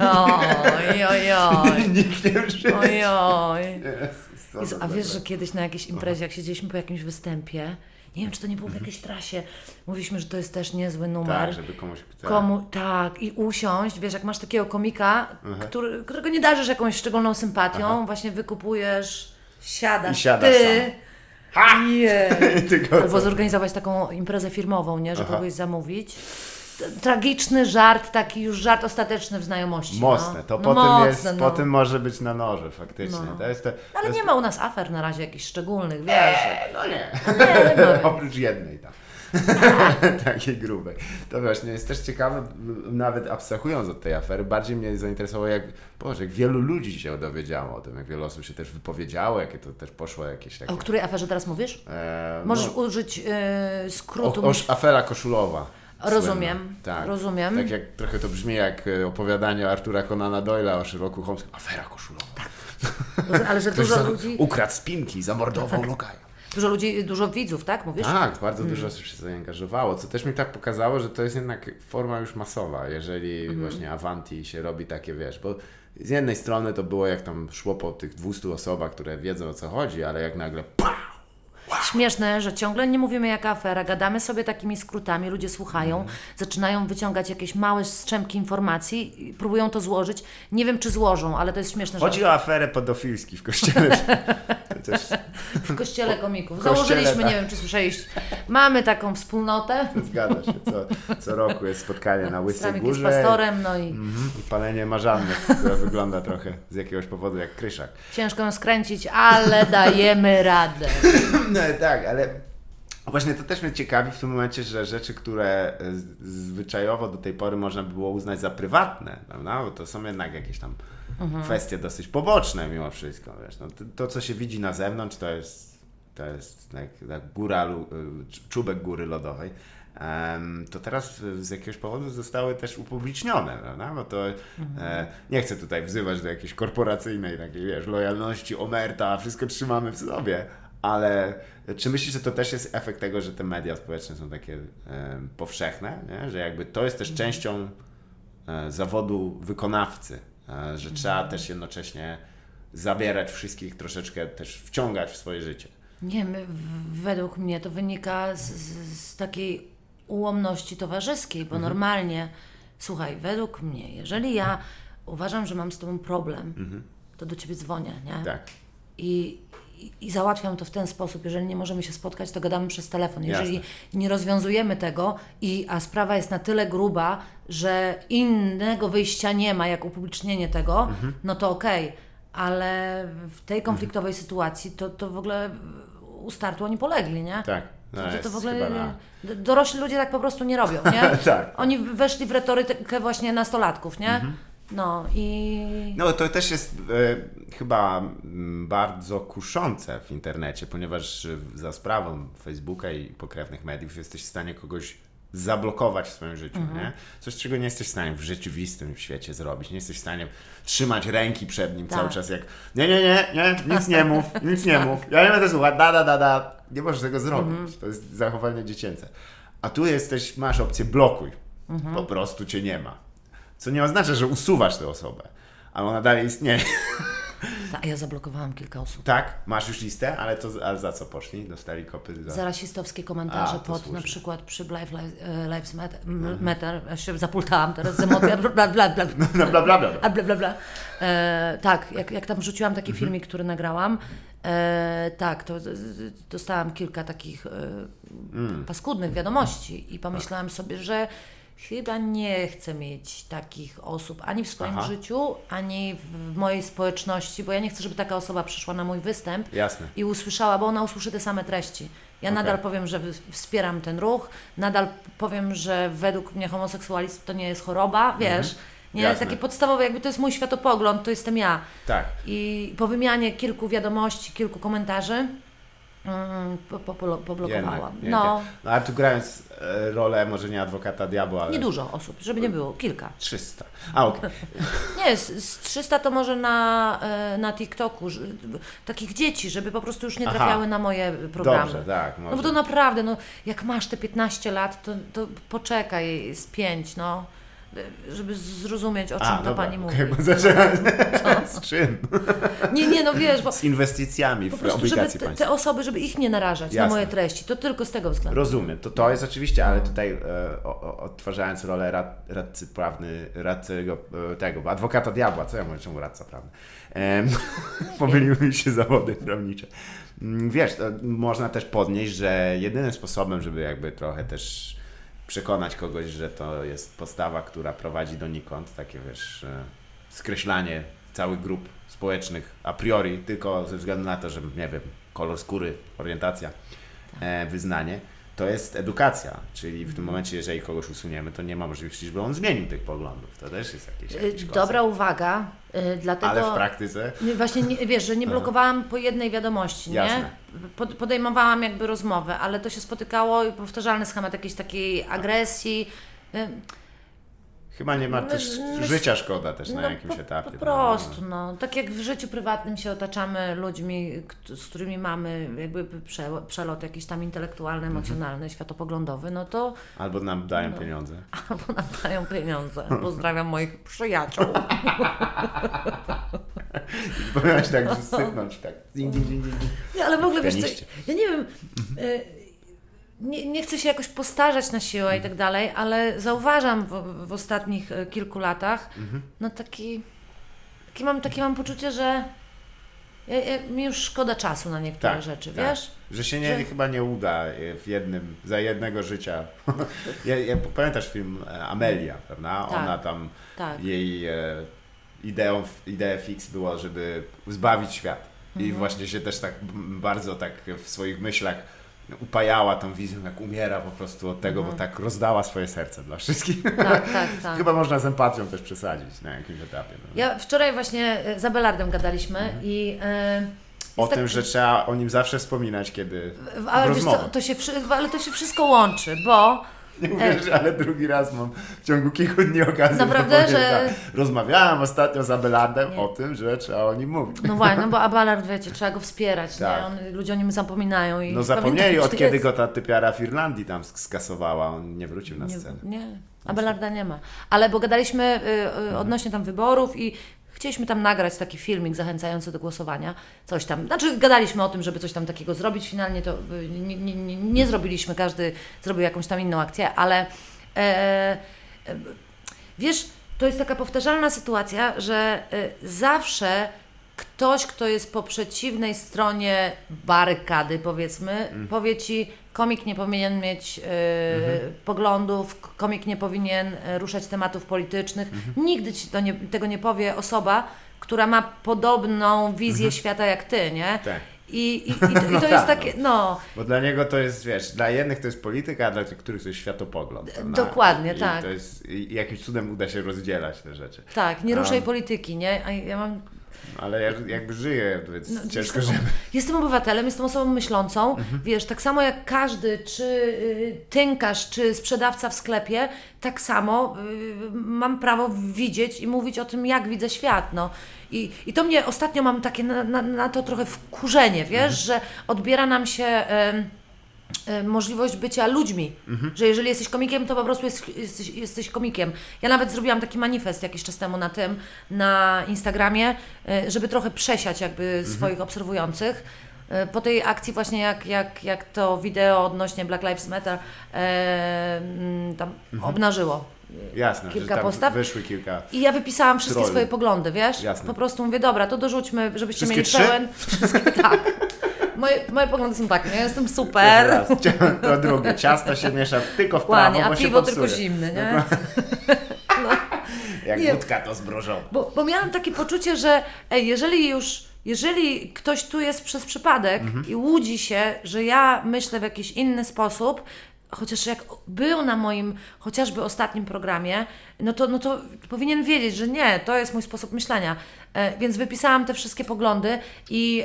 Ojoj. Nikt nie przyszedł. Ojoj. A wiesz, że kiedyś na jakiejś imprezie, jak siedzieliśmy po jakimś występie, nie wiem, czy to nie było w jakiejś trasie, mówiliśmy, że to jest też niezły numer. Tak, żeby komuś... Tak, i usiąść, wiesz, jak masz takiego komika, którego nie darzysz jakąś szczególną sympatią, właśnie wykupujesz, siadasz ty. Albo zorganizować taką imprezę firmową, nie, że kogoś zamówić. Tragiczny żart, taki już żart ostateczny w znajomości. Mocne, to potem może być na noże faktycznie. Ale nie ma u nas afer na razie jakichś szczególnych, wiesz. Nie. Oprócz jednej tam. Takiej grubej. To właśnie jest też ciekawe, nawet abstrahując od tej afery, bardziej mnie zainteresowało, jak wielu ludzi się dowiedziało o tym, jak wiele osób się też wypowiedziało, jakie to też poszło jakieś takie... O której aferze teraz mówisz? Możesz użyć skrótu. Afera koszulowa. Rozumiem, tak. rozumiem. Tak jak trochę to brzmi jak opowiadanie Artura Conana Doyle'a o Sherlocku Holmesie. Afera koszulowa. Tak. Ale że dużo ludzi... ukradł spinki, zamordował lokaja. Dużo ludzi, dużo widzów, tak? Mówisz? Tak, bardzo dużo osób się zaangażowało, co też mi tak pokazało, że to jest jednak forma już masowa, jeżeli właśnie Avanti się robi takie, wiesz, bo z jednej strony to było jak tam szło po tych 200 osobach, które wiedzą o co chodzi, ale jak nagle Śmieszne, że ciągle nie mówimy jaka afera, gadamy sobie takimi skrótami, ludzie słuchają, zaczynają wyciągać jakieś małe strzępki informacji i próbują to złożyć. Nie wiem, czy złożą, ale to jest śmieszne. Chodzi o aferę pedofilski w kościele. W kościele komików. Założyliśmy, nie wiem, czy słyszeliście. Mamy taką wspólnotę. Zgadza się. Co roku jest spotkanie na Łysej Górze. Z pastorem, i palenie marzanny, które wygląda trochę z jakiegoś powodu jak kryszak. Ciężko ją skręcić, ale dajemy radę. No tak, ale właśnie to też mnie ciekawi w tym momencie, że rzeczy, które zwyczajowo do tej pory można by było uznać za prywatne, prawda? Bo to są jednak jakieś tam kwestie dosyć poboczne mimo wszystko. Wiesz? No, to, co się widzi na zewnątrz, to jest jak góra, czubek góry lodowej. To teraz z jakiegoś powodu zostały też upublicznione, prawda? Bo to nie chcę tutaj wzywać do jakiejś korporacyjnej takiej, wiesz, lojalności, omerta, wszystko trzymamy w sobie. Ale czy myślisz, że to też jest efekt tego, że te media społeczne są takie powszechne, nie? Że jakby to jest też częścią zawodu wykonawcy, że trzeba też jednocześnie zabierać wszystkich, troszeczkę też wciągać w swoje życie? Nie, według mnie to wynika z takiej ułomności towarzyskiej, bo normalnie, słuchaj, według mnie, jeżeli ja uważam, że mam z tobą problem, to do ciebie dzwonię, nie? Tak. I załatwiam to w ten sposób. Jeżeli nie możemy się spotkać, to gadamy przez telefon. Jeżeli nie rozwiązujemy tego, a sprawa jest na tyle gruba, że innego wyjścia nie ma, jak upublicznienie tego, no to okej. Ale w tej konfliktowej sytuacji to w ogóle u startu oni polegli, nie? Tak. To w ogóle dorośli ludzie tak po prostu nie robią, nie? Tak. Oni weszli w retorykę właśnie nastolatków, nie? No to też jest chyba bardzo kuszące w internecie, ponieważ za sprawą Facebooka i pokrewnych mediów jesteś w stanie kogoś zablokować w swoim życiu, nie? Coś, czego nie jesteś w stanie w rzeczywistym świecie zrobić. Nie jesteś w stanie trzymać ręki przed nim cały czas jak nie, nic nie mów, ja nie będę słuchać, nie możesz tego zrobić. To jest zachowanie dziecięce. A tu masz opcję blokuj. Po prostu cię nie ma. Co nie oznacza, że usuwasz tę osobę, ale ona dalej istnieje. Ja zablokowałam kilka osób. Tak? Masz już listę? Ale za co poszli? Dostali kopy Za rasistowskie komentarze pod słusznie. na przykład przy Black Lives Matter. Ja się zapultałam teraz z emocji. Bla, bla, bla. No bla bla bla. A bla, bla, bla. Tak, jak tam wrzuciłam taki filmik, który nagrałam, tak, to dostałam kilka takich paskudnych wiadomości i pomyślałam sobie, że chyba nie chcę mieć takich osób ani w swoim życiu, ani w mojej społeczności, bo ja nie chcę, żeby taka osoba przyszła na mój występ i usłyszała, bo ona usłyszy te same treści. Ja nadal powiem, że wspieram ten ruch, nadal powiem, że według mnie homoseksualizm to nie jest choroba, wiesz, nie, takie podstawowe, jakby to jest mój światopogląd, to jestem ja. Tak. I po wymianie kilku wiadomości, kilku komentarzy poblokowałam. No, a tu grając rolę, może nie adwokata diabła, ale... Niedużo osób, żeby nie było, kilka. 300. Okej. Nie, z 300 to może na TikToku, takich dzieci, żeby po prostu już nie trafiały na moje programy. Dobrze, tak. Może. No bo to naprawdę, jak masz te 15 lat, to poczekaj z 5, żeby zrozumieć, o czym pani mówi. Bo zaczęłam z czym? Nie, wiesz, bo... Z inwestycjami w obligacji państwa. Te osoby, żeby ich nie narażać na moje treści, to tylko z tego względu. Rozumiem, to jest oczywiście, ale tutaj odtwarzając rolę radcy prawny, tego adwokata diabła, co ja mówię, czemu radca prawny? Pomyliły mi się zawody prawnicze. Wiesz, można też podnieść, że jedynym sposobem, żeby jakby trochę też przekonać kogoś, że to jest postawa, która prowadzi donikąd, takie wiesz, skreślanie całych grup społecznych a priori, tylko ze względu na to, że nie wiem, kolor skóry, orientacja, wyznanie, to jest edukacja, czyli w tym momencie, jeżeli kogoś usuniemy, to nie ma możliwości, żeby on zmienił tych poglądów. To też jest jakiś dobra uwaga, dlatego... Ale w praktyce... Właśnie, wiesz, że nie blokowałam po jednej wiadomości, Jasne. nie? Podejmowałam jakby rozmowę, ale to się spotykało i powtarzalny schemat jakiejś takiej agresji. Chyba nie ma też życia szkoda też na jakimś etapie. Po prostu, tak jak w życiu prywatnym się otaczamy ludźmi, z którymi mamy jakby przelot jakiś tam intelektualny, emocjonalny, światopoglądowy, to... Albo nam dają pieniądze. Albo nam dają pieniądze. Pozdrawiam moich przyjaciół. Powinnaś tak sypnąć, tak. Nie, ale w ogóle wiesz co, ja nie wiem... Nie chcę się jakoś postarzać na siłę i tak dalej, ale zauważam w ostatnich kilku latach, takie mam poczucie, że mi już szkoda czasu na niektóre rzeczy, wiesz? Że się chyba nie uda za jednego życia. Pamiętasz film Amelia, prawda? Tak. Ona tam, jej idea fix była, żeby zbawić świat. I właśnie się też tak bardzo tak w swoich myślach upajała tą wizją, jak umiera po prostu od tego, bo tak rozdała swoje serce dla wszystkich. Tak. Chyba można z empatią też przesadzić na jakimś etapie. Ja wczoraj właśnie z Abelardem gadaliśmy i... o tym, że trzeba o nim zawsze wspominać, kiedy ale wiesz co, ale to się wszystko łączy, bo... Nie uwierzysz, ale drugi raz mam w ciągu kilku dni okazję naprawdę, że... Rozmawiałam ostatnio z Abelardem o tym, że trzeba o nim mówić. No właśnie, bo Abelard, wiecie, trzeba go wspierać, nie? Ludzie o nim zapominają. I zapomnieli od kiedy go ta typiara w Irlandii tam skasowała, on nie wrócił na scenę. Nie, Abelarda nie ma. Ale bo gadaliśmy odnośnie tam wyborów i chcieliśmy tam nagrać taki filmik zachęcający do głosowania, coś tam. Znaczy gadaliśmy o tym, żeby coś tam takiego zrobić, finalnie to nie zrobiliśmy, każdy zrobił jakąś tam inną akcję, ale wiesz, to jest taka powtarzalna sytuacja, że zawsze ktoś, kto jest po przeciwnej stronie barykady, powiedzmy, powie Ci, komik nie powinien mieć poglądów, komik nie powinien ruszać tematów politycznych. Nigdy Ci tego nie powie osoba, która ma podobną wizję świata jak Ty, nie? Tak. I to jest takie, Bo dla niego to jest, wiesz, dla jednych to jest polityka, a dla których to jest światopogląd. Prawda? Dokładnie, tak. To jest, jakimś cudem uda się rozdzielać te rzeczy. Tak, nie ruszaj polityki, nie? A ja mam... Ale ja jakby żyję, więc ciężko, żeby... Jestem obywatelem, jestem osobą myślącą, wiesz, tak samo jak każdy, czy tynkarz, czy sprzedawca w sklepie, tak samo mam prawo widzieć i mówić o tym, jak widzę świat, I to mnie, ostatnio mam takie na to trochę wkurzenie, wiesz, że odbiera nam się możliwość bycia ludźmi, że jeżeli jesteś komikiem, to po prostu jesteś komikiem. Ja nawet zrobiłam taki manifest jakiś czas temu na Instagramie, żeby trochę przesiać jakby swoich obserwujących. Po tej akcji właśnie jak to wideo odnośnie Black Lives Matter tam obnażyło. Jasne, kilka że tam postaw. wyszły kilka. I ja wypisałam wszystkie trolli. swoje poglądy, wiesz? Jasne. Po prostu mówię, dobra, to dorzućmy, żebyście Wszystkie mieli trzy? pełen... Wszystkie, tak. Moje poglądy są takie, ja jestem super. Raz, to drugie. Ciasto się miesza tylko w prawo, Ładnie, a bo się piwo popsuje. tylko zimne, nie? Jak Nie. wódka to zbrożona. Bo miałam takie poczucie, że jeżeli ktoś tu jest przez przypadek i łudzi się, że ja myślę w jakiś inny sposób, chociaż jak był na moim chociażby ostatnim programie, no to powinien wiedzieć, że nie, to jest mój sposób myślenia. Więc wypisałam te wszystkie poglądy i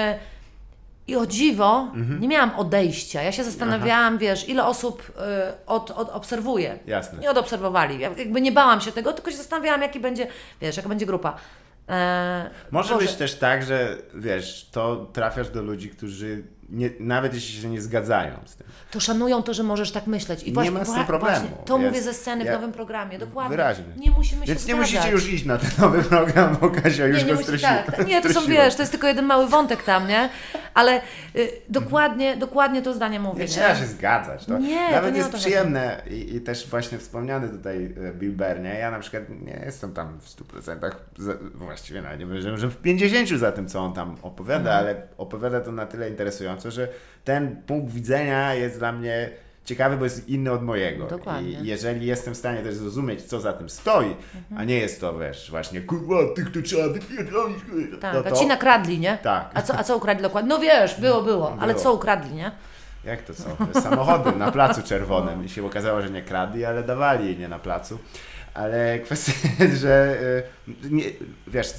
o dziwo nie miałam odejścia. Ja się zastanawiałam, wiesz, ile osób obserwuje. Jasne. Nie odobserwowali. Ja jakby nie bałam się tego, tylko się zastanawiałam, jaka będzie grupa. Może Boże. być też tak, że wiesz, to trafiasz do ludzi, którzy nawet jeśli się nie zgadzają z tym. To szanują to, że możesz tak myśleć. I Nie ma z tym problemu. Właśnie, to Jest- mówię ze sceny w nowym programie, dokładnie. Wyraźnie. Nie musimy się Więc nie zgadzać. musicie już iść na ten nowy program, bo Kasia już go stresiła. Tak. Nie, to są, wiesz, to jest tylko jeden mały wątek tam, nie? Ale dokładnie to zdanie mówię, Nie nie? trzeba się zgadzać. To Nie, to nawet nie jest o to przyjemne i też właśnie wspomniany tutaj Bill Burr, nie? Ja na przykład nie jestem tam w 100%, właściwie nawet nie wiem, że w 50% za tym, co on tam opowiada, ale opowiada to na tyle interesująco, że ten punkt widzenia jest dla mnie ciekawy, bo jest inny od mojego. Dokładnie. I jeżeli jestem w stanie też zrozumieć, co za tym stoi, a nie jest to, wiesz, właśnie kurwa, tych to trzeba wypierdolić. Tak, no a to, ci nakradli, nie? Tak. A co ukradli dokładnie? No wiesz, było, ale co ukradli, nie? Jak to co? Samochody na Placu Czerwonym. I się okazało, że nie kradli, ale dawali jej nie na placu. Ale kwestia jest, że nie, wiesz,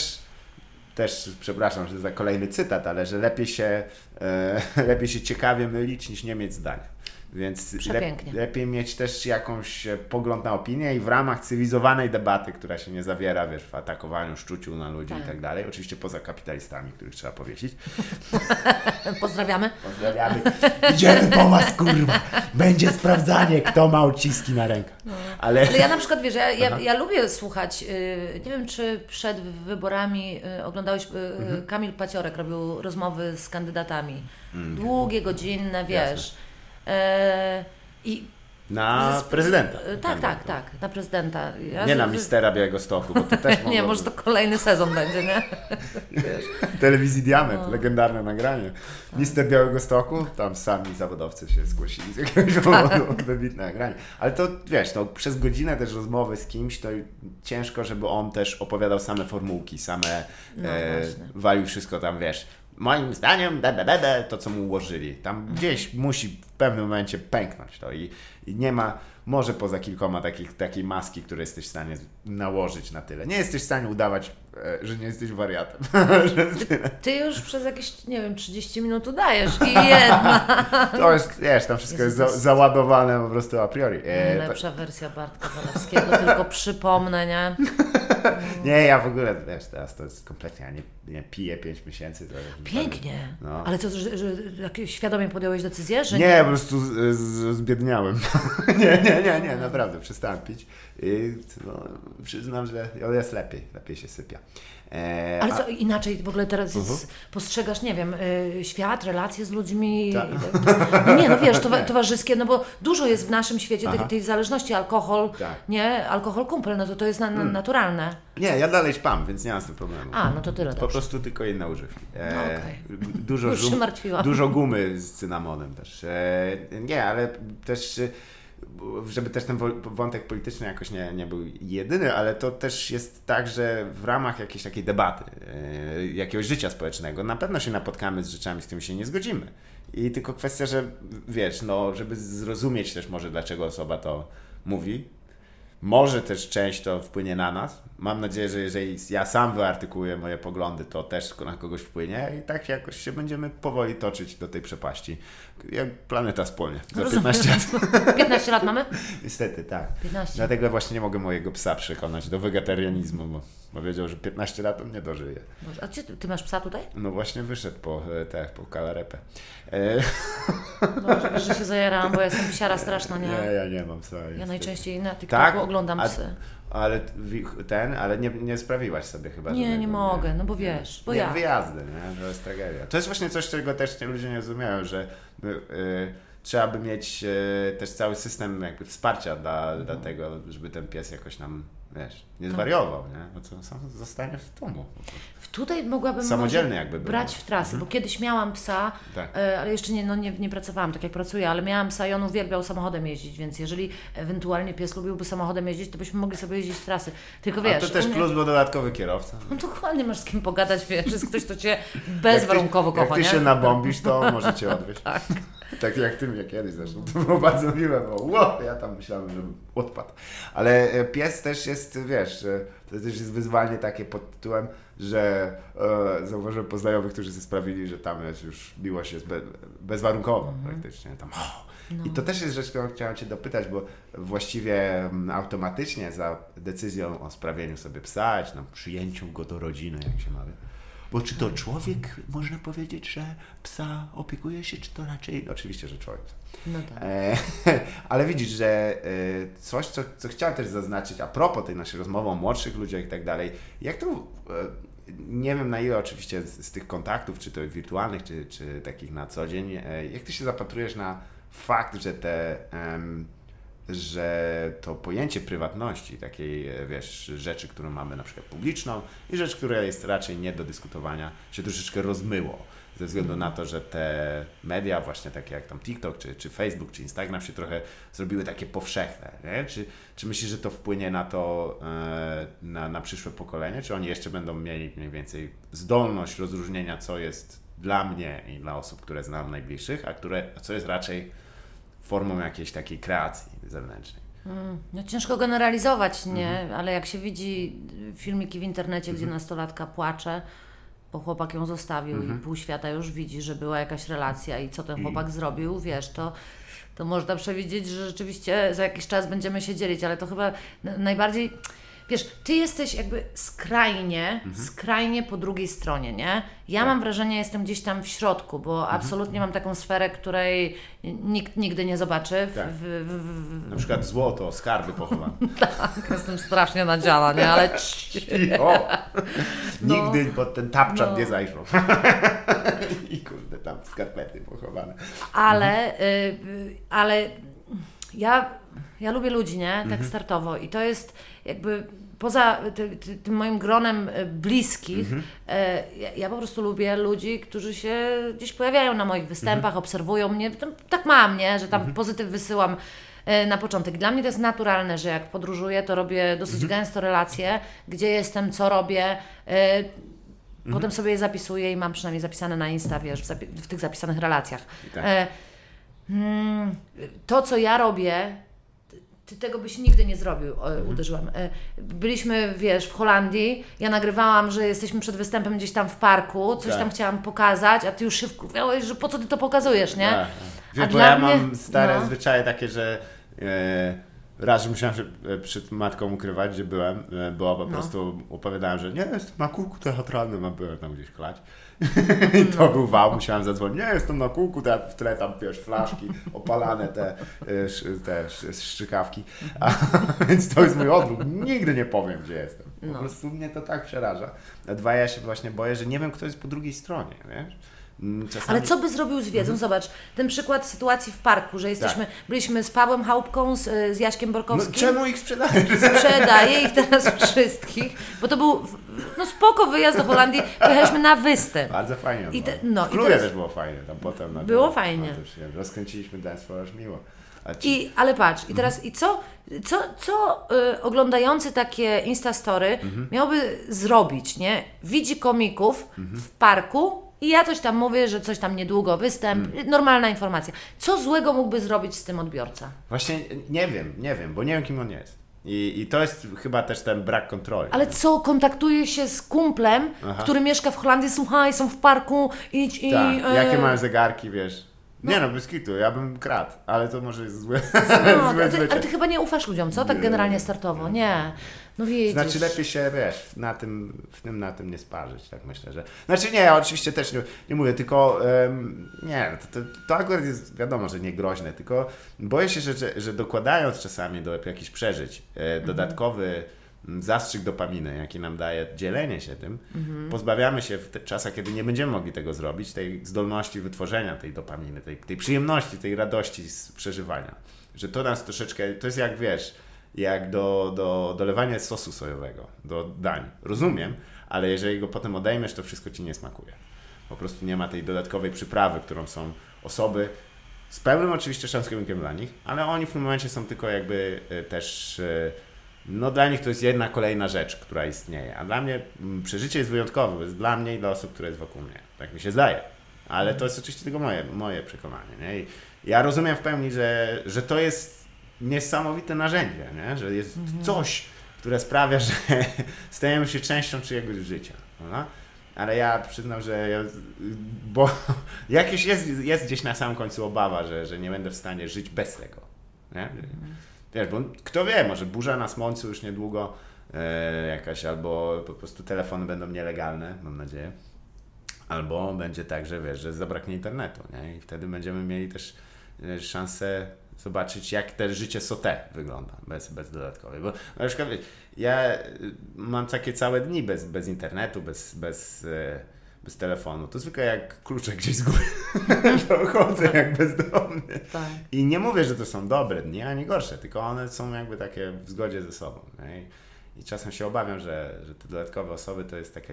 też przepraszam, że za kolejny cytat, ale że lepiej się ciekawie mylić niż nie mieć zdania. Więc Przepięknie. lepiej mieć też jakąś pogląd na opinię i w ramach cywilizowanej debaty, która się nie zawiera, wiesz, w atakowaniu, szczuciu na ludzi i tak dalej. Oczywiście poza kapitalistami, których trzeba powiesić. Pozdrawiamy. Pozdrawiamy. Idziemy po was, kurwa. Będzie sprawdzanie, kto ma uciski na rękach. Ale ja na przykład, wiesz, ja lubię słuchać, nie wiem, czy przed wyborami oglądałeś, Kamil Paciorek robił rozmowy z kandydatami. Długie, godzinne, wiesz. I na prezydenta. tak, na prezydenta. Nie na mistera Białegostoku, bo to też mogło... Nie, może to kolejny sezon będzie, nie? Telewizji Diament, legendarne nagranie. Mister Białegostoku, tam sami zawodowcy się zgłosili z jakiegoś powodu, wybitne nagranie. Ale to, wiesz, to przez godzinę też rozmowy z kimś, to ciężko, żeby on też opowiadał same formułki, walił wszystko tam, wiesz. Moim zdaniem, to co mu ułożyli. Tam gdzieś musi w pewnym momencie pęknąć to i nie ma, może poza kilkoma takiej maski, które jesteś w stanie nałożyć na tyle. Nie jesteś w stanie udawać, że nie jesteś wariatem. Ty już przez jakieś, nie wiem, 30 minut udajesz i jedna. To jest, wiesz, tam wszystko jest załadowane po prostu a priori. Najlepsza wersja Bartka Zalewskiego, tylko przypomnę, nie? Nie, ja w ogóle, wiesz, teraz to jest kompletnie, ja nie piję 5 miesięcy. To Pięknie. No. Ale co, że świadomie podjąłeś decyzję, że nie? Po prostu zbiedniałem. nie, naprawdę, przestałem pić. I przyznam, że jest lepiej się sypia. Ale co, inaczej w ogóle teraz postrzegasz, nie wiem, świat, relacje z ludźmi? No nie, no wiesz, towarzyskie, no bo dużo jest w naszym świecie tej zależności, alkohol, nie, alkohol kumpel, no to jest naturalne. Nie, ja dalej śpam, więc nie mam z tym problemu. No to tyle. Po prostu tylko inne używki. Okay. Dużo gumy z cynamonem też. Nie, ale też... żeby też ten wątek polityczny jakoś nie był jedyny, ale to też jest tak, że w ramach jakiejś takiej debaty, jakiegoś życia społecznego, na pewno się napotkamy z rzeczami, z którymi się nie zgodzimy. I tylko kwestia, że wiesz, żeby zrozumieć też może, dlaczego osoba to mówi, może też część to wpłynie na nas. Mam nadzieję, że jeżeli ja sam wyartykułuję moje poglądy, to też na kogoś wpłynie i tak jakoś się będziemy powoli toczyć do tej przepaści. Jak planeta spłonie za 15 lat. 15 lat mamy? Niestety, tak. 15. Dlatego właśnie nie mogę mojego psa przekonać do wegetarianizmu, bo bo wiedział, że 15 lat on nie dożyje. Boże, a ty masz psa tutaj? No właśnie wyszedł po kalarepę. Boże, wiesz, że się zajarałam, bo ja jestem psiara straszna, nie? Nie, ja nie mam psa. Ja najczęściej na TikToku oglądam psy. Ale nie sprawiłaś sobie chyba. Nie mogę, no bo wiesz, bo ja. Wyjazdy, nie? To jest tragedia. To jest właśnie coś, czego też ludzie nie rozumieją, że trzeba by mieć też cały system jakby wsparcia dla tego, żeby ten pies jakoś nam, wiesz, nie zwariował, nie? Bo co, sam zostanie w domu. Tutaj mogłabym samodzielny jakby brać w trasy, bo kiedyś miałam psa, tak. Ale jeszcze nie pracowałam tak jak pracuję, ale miałam psa i on uwielbiał samochodem jeździć, więc jeżeli ewentualnie pies lubiłby samochodem jeździć, to byśmy mogli sobie jeździć w trasy. Tylko wiesz... A to też plus, bo dodatkowy kierowca. No dokładnie, masz z kim pogadać, wiesz, jest ktoś, kto Cię bezwarunkowo kocha, jak ty się nabombisz, to może Cię odwieźć. Tak. Tak jak Ty mnie kiedyś zresztą. To było bardzo miłe, bo ja tam myślałem, że odpadł. Ale pies też jest, wiesz, to też jest wyzwanie takie pod tytułem, że zauważyłem po znajomych, którzy sobie sprawili, że tam jest już miłość jest bezwarunkowa praktycznie. Tam, I to też jest rzecz, którą chciałem Cię dopytać, bo właściwie automatycznie za decyzją o sprawieniu sobie psa, czy tam przyjęciu go do rodziny, jak się mawia. Bo czy to człowiek, można powiedzieć, że psa opiekuje się, czy to raczej... Oczywiście, że człowiek. No tak. Ale widzisz, że coś, co chciałem też zaznaczyć, a propos tej naszej rozmowy o młodszych ludziach i tak dalej, jak to... Nie wiem na ile oczywiście z tych kontaktów, czy to wirtualnych, czy takich na co dzień, jak Ty się zapatrujesz na fakt, że to pojęcie prywatności, takiej, wiesz, rzeczy, którą mamy na przykład publiczną i rzecz, która jest raczej nie do dyskutowania, się troszeczkę rozmyło ze względu na to, że te media właśnie takie jak tam TikTok, czy Facebook, czy Instagram się trochę zrobiły takie powszechne, nie? Czy myślisz, że to wpłynie na to, na przyszłe pokolenie? Czy oni jeszcze będą mieli mniej więcej zdolność rozróżnienia, co jest dla mnie i dla osób, które znam najbliższych, a co jest raczej formą jakiejś takiej kreacji zewnętrznej? No ciężko generalizować, nie? Ale jak się widzi filmiki w internecie, gdzie nastolatka płacze, bo chłopak ją zostawił i pół świata już widzi, że była jakaś relacja i co ten chłopak zrobił, wiesz, to można przewidzieć, że rzeczywiście za jakiś czas będziemy się dzielić, ale to chyba najbardziej... Wiesz, Ty jesteś jakby skrajnie po drugiej stronie, nie? Ja mam wrażenie, jestem gdzieś tam w środku, bo absolutnie mam taką sferę, której nikt nigdy nie zobaczy. Tak. Na przykład złoto, skarby pochowane. Tak, jestem strasznie nadziana, nie? Ale Nigdy pod ten tapczan nie zajrzą. I kurde, tam skarpety pochowane. Ale ja lubię ludzi, nie? Tak startowo i to jest jakby poza tym moim gronem bliskich, ja po prostu lubię ludzi, którzy się gdzieś pojawiają na moich występach, obserwują mnie, tak mam, nie? Że tam pozytyw wysyłam na początek. Dla mnie to jest naturalne, że jak podróżuję, to robię dosyć gęsto relacje, gdzie jestem, co robię, potem sobie je zapisuję i mam przynajmniej zapisane na Insta, wiesz, w tych zapisanych relacjach. Tak. To, co ja robię, Ty tego byś nigdy nie zrobił, uderzyłam. Byliśmy, wiesz, w Holandii, ja nagrywałam, że jesteśmy przed występem gdzieś tam w parku, coś tam chciałam pokazać, a Ty już się wkurwiałeś, że po co Ty to pokazujesz, nie? Tak. Wiesz, bo dla ja mnie, mam stare zwyczaje takie, że raz, że musiałem się przed matką ukrywać, gdzie byłem, bo po prostu opowiadałem, że nie, jestem na kółku teatralnym, a byłem tam gdzieś klać. I to był wał, musiałem zadzwonić, nie, jestem na kółku, w tle tam, wiesz, flaszki, opalane te strzykawki. Więc to jest mój odruch, nigdy nie powiem, gdzie jestem. Po prostu mnie to tak przeraża. A dwa, ja się właśnie boję, że nie wiem, kto jest po drugiej stronie, wiesz? Czasami... Ale co by zrobił z wiedzą? Zobacz, ten przykład sytuacji w parku, że byliśmy z Pawłem Chałupką, z Jaśkiem Borkowskim. No czemu ich sprzedajesz? Sprzedaję ich teraz wszystkich, bo to był spoko wyjazd do Holandii, pojechaliśmy na występ. Bardzo fajnie było. W klubie też było fajnie, tam potem. Było fajnie. Rozkręciliśmy dance floor, aż miło. Ale patrz, i teraz co oglądający takie Instastory miałby zrobić, nie? Widzi komików w parku i ja coś tam mówię, że coś tam niedługo występ, normalna informacja. Co złego mógłby zrobić z tym odbiorca? Właśnie nie wiem, bo nie wiem, kim on jest. I to jest chyba też ten brak kontroli. Ale co, kontaktuje się z kumplem, który mieszka w Holandii, słuchaj, są w parku, idź i... Tak, jakie mają zegarki, wiesz? Nie no, bez kitu, ja bym kradł, ale to może jest złe. Ale ty chyba nie ufasz ludziom, co? Tak generalnie startowo, nie. No widzisz. Znaczy lepiej się, wiesz, na tym nie sparzyć, tak myślę, że... Znaczy nie, ja oczywiście też nie mówię, tylko nie, to akurat jest wiadomo, że nie groźne, tylko boję się, że dokładając czasami do jakichś przeżyć dodatkowy zastrzyk dopaminy, jaki nam daje dzielenie się tym, pozbawiamy się w czasach, kiedy nie będziemy mogli tego zrobić, tej zdolności wytworzenia tej dopaminy, tej przyjemności, tej radości z przeżywania. Że to nas troszeczkę, to jest jak wiesz, jak do dolewania sosu sojowego, do dań. Rozumiem, ale jeżeli go potem odejmiesz, to wszystko ci nie smakuje. Po prostu nie ma tej dodatkowej przyprawy, którą są osoby z pełnym oczywiście szacunkiem dla nich, ale oni w tym momencie są tylko jakby też... No dla nich to jest jedna kolejna rzecz, która istnieje, a dla mnie przeżycie jest wyjątkowe, bo jest dla mnie i dla osób, które jest wokół mnie. Tak mi się zdaje. Ale to jest oczywiście tylko moje przekonanie. Nie? I ja rozumiem w pełni, że to jest niesamowite narzędzie, nie? Że jest coś, które sprawia, że stajemy się częścią czyjegoś życia. Prawda? Ale ja przyznam, że bo jakieś jest gdzieś na samym końcu obawa, że nie będę w stanie żyć bez tego. Nie? Wiesz, bo kto wie, może burza na słońcu już niedługo jakaś, albo po prostu telefony będą nielegalne, mam nadzieję. Albo będzie tak, że wiesz, że zabraknie internetu, nie? I wtedy będziemy mieli też szansę zobaczyć, jak te życie sauté wygląda bez dodatkowej. Bo na przykład ja mam takie całe dni bez internetu, bez telefonu. To zwykle jak klucze gdzieś z góry. To chodzę jak bezdomny. Tak. I nie mówię, że to są dobre dni, ani gorsze, tylko one są jakby takie w zgodzie ze sobą. Nie? I czasem się obawiam, że te dodatkowe osoby to jest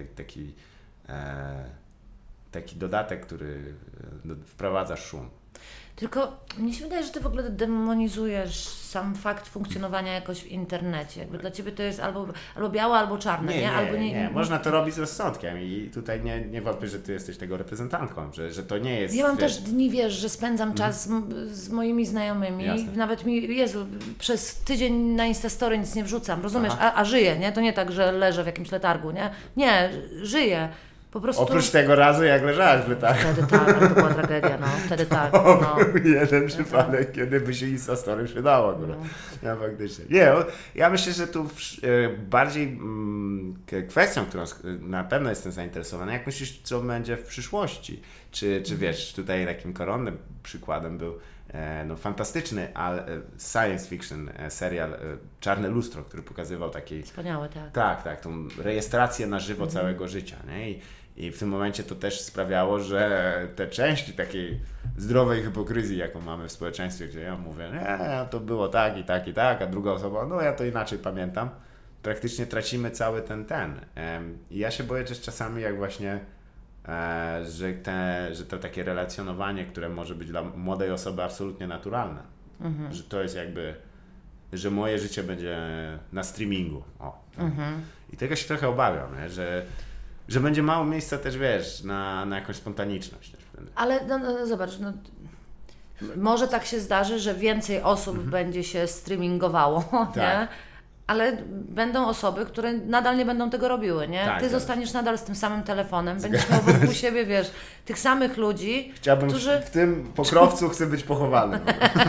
taki dodatek, który wprowadza szum. Tylko mnie się wydaje, że ty w ogóle demonizujesz sam fakt funkcjonowania jakoś w internecie. Jakby dla ciebie to jest albo białe, albo czarne, nie? Nie. Można to robić z rozsądkiem i tutaj nie wątpię, że ty jesteś tego reprezentantką, że to nie jest... Ja mam też dni, wiesz, że spędzam czas z moimi znajomymi. Jasne. Nawet Jezu, przez tydzień na Instastory nic nie wrzucam, rozumiesz? A żyję, nie? To nie tak, że leżę w jakimś letargu, nie? Nie, żyję. Po prostu... Oprócz tego razu, jak leżałaś w letargu. Wtedy tak, ale to była tragedia, no. Wtedy tak, no. Jeden przypadek, kiedy by się Instastory przydało. Ja faktycznie. Nie, ja myślę, że tu bardziej kwestią, którą na pewno jestem zainteresowany, jak myślisz, co będzie w przyszłości? Czy wiesz, tutaj takim koronnym przykładem był fantastyczny science fiction serial Czarne Lustro, który pokazywał taki... Wspaniałe, tak. Tak, tą rejestrację na żywo całego życia, nie? I w tym momencie to też sprawiało, że te części takiej zdrowej hipokryzji, jaką mamy w społeczeństwie, gdzie ja mówię, nie, to było tak i tak i tak, a druga osoba, no ja to inaczej pamiętam, praktycznie tracimy cały ten. I ja się boję też czasami, jak właśnie, że to takie relacjonowanie, które może być dla młodej osoby absolutnie naturalne, że to jest jakby, że moje życie będzie na streamingu. I tego się trochę obawiam, nie? Że będzie mało miejsca też, wiesz, na jakąś spontaniczność. Ale no, zobacz, może tak się zdarzy, że więcej osób będzie się streamingowało, tak. Nie? Ale będą osoby, które nadal nie będą tego robiły, nie? Tak, Ty zostaniesz nadal z tym samym telefonem, będziesz miał wokół siebie, wiesz, tych samych ludzi, Chciałbym w tym pokrowcu chcę być pochowany.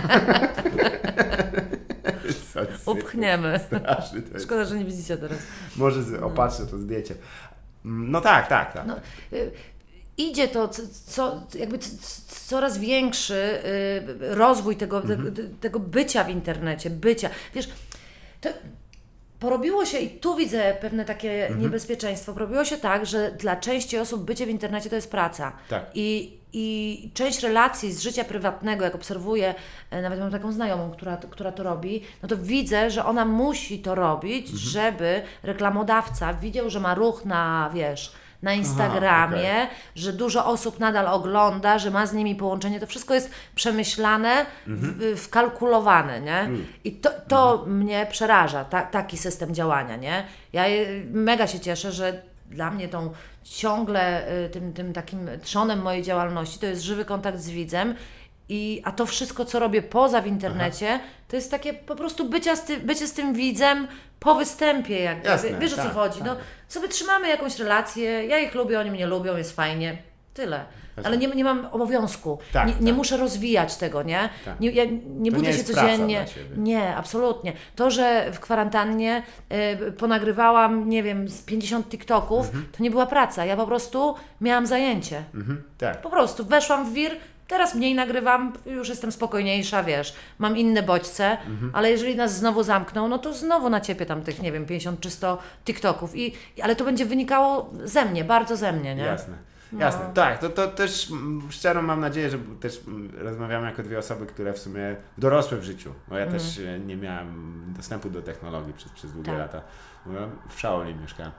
Upchniemy. Straszny to jest. Szkoda, że nie widzicie teraz. Może opatrzę to zdjęcie. No tak. No, idzie to, jakby coraz większy rozwój tego bycia w internecie, Wiesz, to porobiło się, i tu widzę pewne takie niebezpieczeństwo, porobiło się tak, że dla części osób bycie w internecie to jest praca. Tak. I część relacji z życia prywatnego, jak obserwuję, nawet mam taką znajomą, która to robi, no to widzę, że ona musi to robić, żeby reklamodawca widział, że ma ruch na Instagramie, że dużo osób nadal ogląda, że ma z nimi połączenie. To wszystko jest przemyślane, wkalkulowane, nie? I to mnie przeraża, taki system działania, nie? Ja mega się cieszę, że dla mnie tą ciągle tym takim trzonem mojej działalności to jest żywy kontakt z widzem. A to wszystko, co robię poza w internecie, to jest takie po prostu bycie z tym widzem po występie. Jakby. Jasne, Wiesz, o co chodzi? Tak. No, sobie trzymamy jakąś relację, ja ich lubię, oni mnie lubią, jest fajnie. Tyle. Ale nie mam obowiązku. Tak, nie muszę rozwijać tego, nie? Tak. Ja nie budzę się codziennie. Dla ciebie. Nie, absolutnie. To, że w kwarantannie ponagrywałam, nie wiem, z 50 TikToków, to nie była praca. Ja po prostu miałam zajęcie. Tak. Po prostu weszłam w wir, teraz mniej nagrywam, już jestem spokojniejsza, wiesz, mam inne bodźce, ale jeżeli nas znowu zamkną, no to znowu naciepię tam tych, nie wiem, 50 czy 100 TikToków. Ale to będzie wynikało ze mnie, bardzo ze mnie, nie? Jasne, tak, to też szczerze mam nadzieję, że też rozmawiamy jako dwie osoby, które w sumie dorosłe w życiu, bo ja też nie miałem dostępu do technologii przez długie lata, bo ja w Shaolin mieszkałem.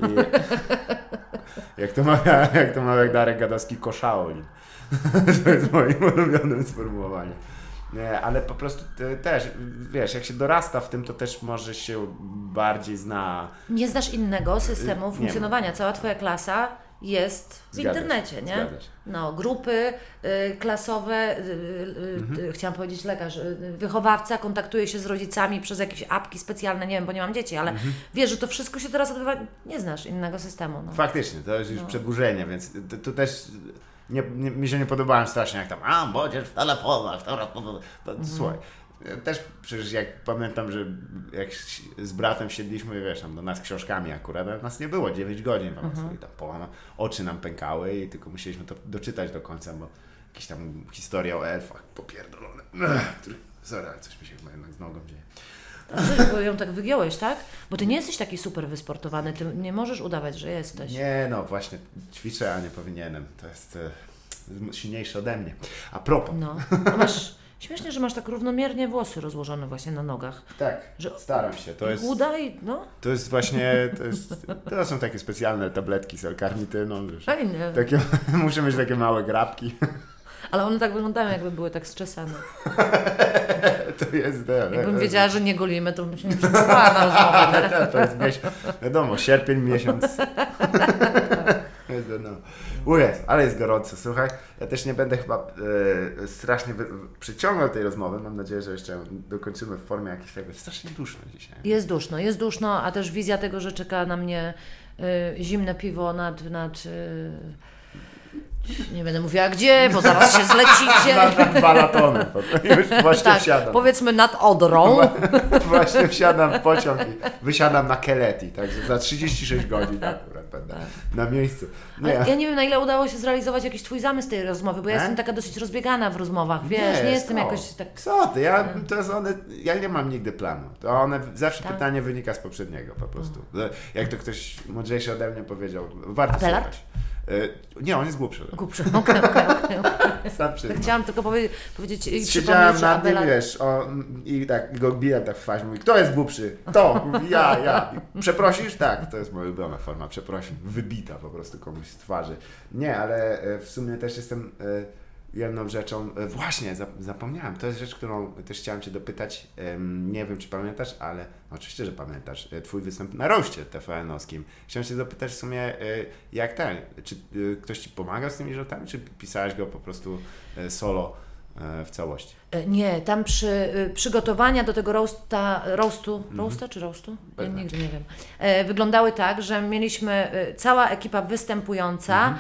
Jak to mawia Darek Gadowski, Shaolin. To jest moim ulubionym sformułowaniem. Nie, ale po prostu też, wiesz, jak się dorasta w tym, to też może się bardziej zna. Nie znasz innego systemu funkcjonowania. Cała Twoja klasa jest w internecie, nie? No, grupy klasowe, chciałam powiedzieć lekarz, wychowawca kontaktuje się z rodzicami przez jakieś apki specjalne, nie wiem, bo nie mam dzieci, ale wiesz, że to wszystko się teraz odbywa, nie znasz innego systemu. No. Faktycznie, to jest już przedłużenie, więc to też mi się nie podobałem strasznie, jak tam, młodzież w telefonach, słuchaj. Też przecież jak pamiętam, że jak z bratem siedliśmy, wiesz, tam do nas książkami akurat, a nas nie było 9 godzin, i tam oczy nam pękały i tylko musieliśmy to doczytać do końca, bo jakieś tam historie o elfach popierdolone, sorry, ale coś mi się chyba jednak z nogą dzieje. Bo ją tak wygiąłeś, tak? Bo ty nie jesteś taki super wysportowany, ty nie możesz udawać, że jesteś. Nie, no właśnie, ćwiczę, a nie powinienem, to jest silniejsze ode mnie. A propos. No, śmiesznie, że masz tak równomiernie włosy rozłożone właśnie na nogach. Tak, staram się. To jest uda i no. To jest właśnie, to są takie specjalne tabletki z L-karnityną. Fajnie. Muszę mieć takie małe grabki. Ale one tak wyglądają, jakby były tak zczesane. To jest... Jakbym wiedziała, że nie golimy, to bym się nie przygotowała na rozmowę. To jest wiadomo, sierpień, miesiąc. Ale jest gorąco, słuchaj. Ja też nie będę chyba strasznie przyciągał tej rozmowy. Mam nadzieję, że jeszcze dokończymy w formie jakiejś tego. Strasznie duszno dzisiaj. Jest duszno, a też wizja tego, że czeka na mnie zimne piwo nad nie będę mówiła gdzie, bo zaraz się zlecicie. Nad Balatonem. Już właśnie wsiadam. Powiedzmy nad Odrą. Właśnie wsiadam w pociąg i wysiadam na Keleti, także za 36 godzin akurat będę na miejscu. Ja nie wiem, na ile udało się zrealizować jakiś Twój zamysł tej rozmowy, bo ja jestem taka dosyć rozbiegana w rozmowach, wiesz, nie jestem jakoś tak... Co ty? Ja nie mam nigdy planu. Zawsze pytanie wynika z poprzedniego po prostu. Jak to ktoś mądrzejszy ode mnie powiedział, warto słuchać. Nie, on jest głupszy. Okej. Chciałam tylko powiedzieć i siedziałem nad nim, wiesz, i tak go biłem tak w twarz, mówi, kto jest głupszy? To, mówi, ja. Przeprosisz? Tak, to jest moja ulubiona forma przeprosin, wybita po prostu komuś z twarzy. Nie, ale w sumie też jestem jedną rzeczą, właśnie zapomniałem, to jest rzecz, którą też chciałem Cię dopytać, nie wiem czy pamiętasz, ale oczywiście, że pamiętasz, Twój występ na roście TVN-owskim. Chciałem Cię zapytać w sumie, czy ktoś Ci pomagał z tymi żartami, czy pisałeś go po prostu solo w całości? Nie, tam przy przygotowania do tego roastu, ja nigdy nie wiem, wyglądały tak, że mieliśmy cała ekipa występująca,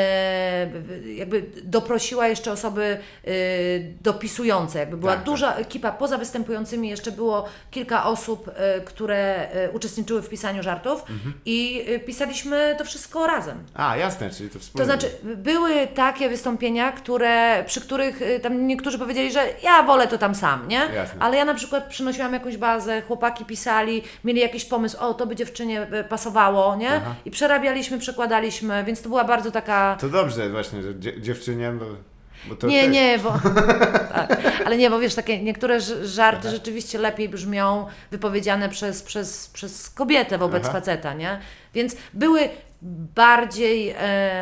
jakby doprosiła jeszcze osoby dopisujące, jakby była duża ekipa, poza występującymi jeszcze było kilka osób, które uczestniczyły w pisaniu żartów i pisaliśmy to wszystko razem. Jasne, czyli to wspólnie. To znaczy, były takie wystąpienia, przy których tam niektórzy powiedzieli, że ja wolę to tam sam, nie? Jasne. Ale ja na przykład przynosiłam jakąś bazę, chłopaki pisali, mieli jakiś pomysł, to by dziewczynie pasowało, nie? I przerabialiśmy, przekładaliśmy, więc to była bardzo taka... To dobrze właśnie, że dziewczynie... Bo to tak. Ale nie, bo wiesz, takie niektóre żarty rzeczywiście lepiej brzmią wypowiedziane przez kobietę wobec faceta, nie? Więc były bardziej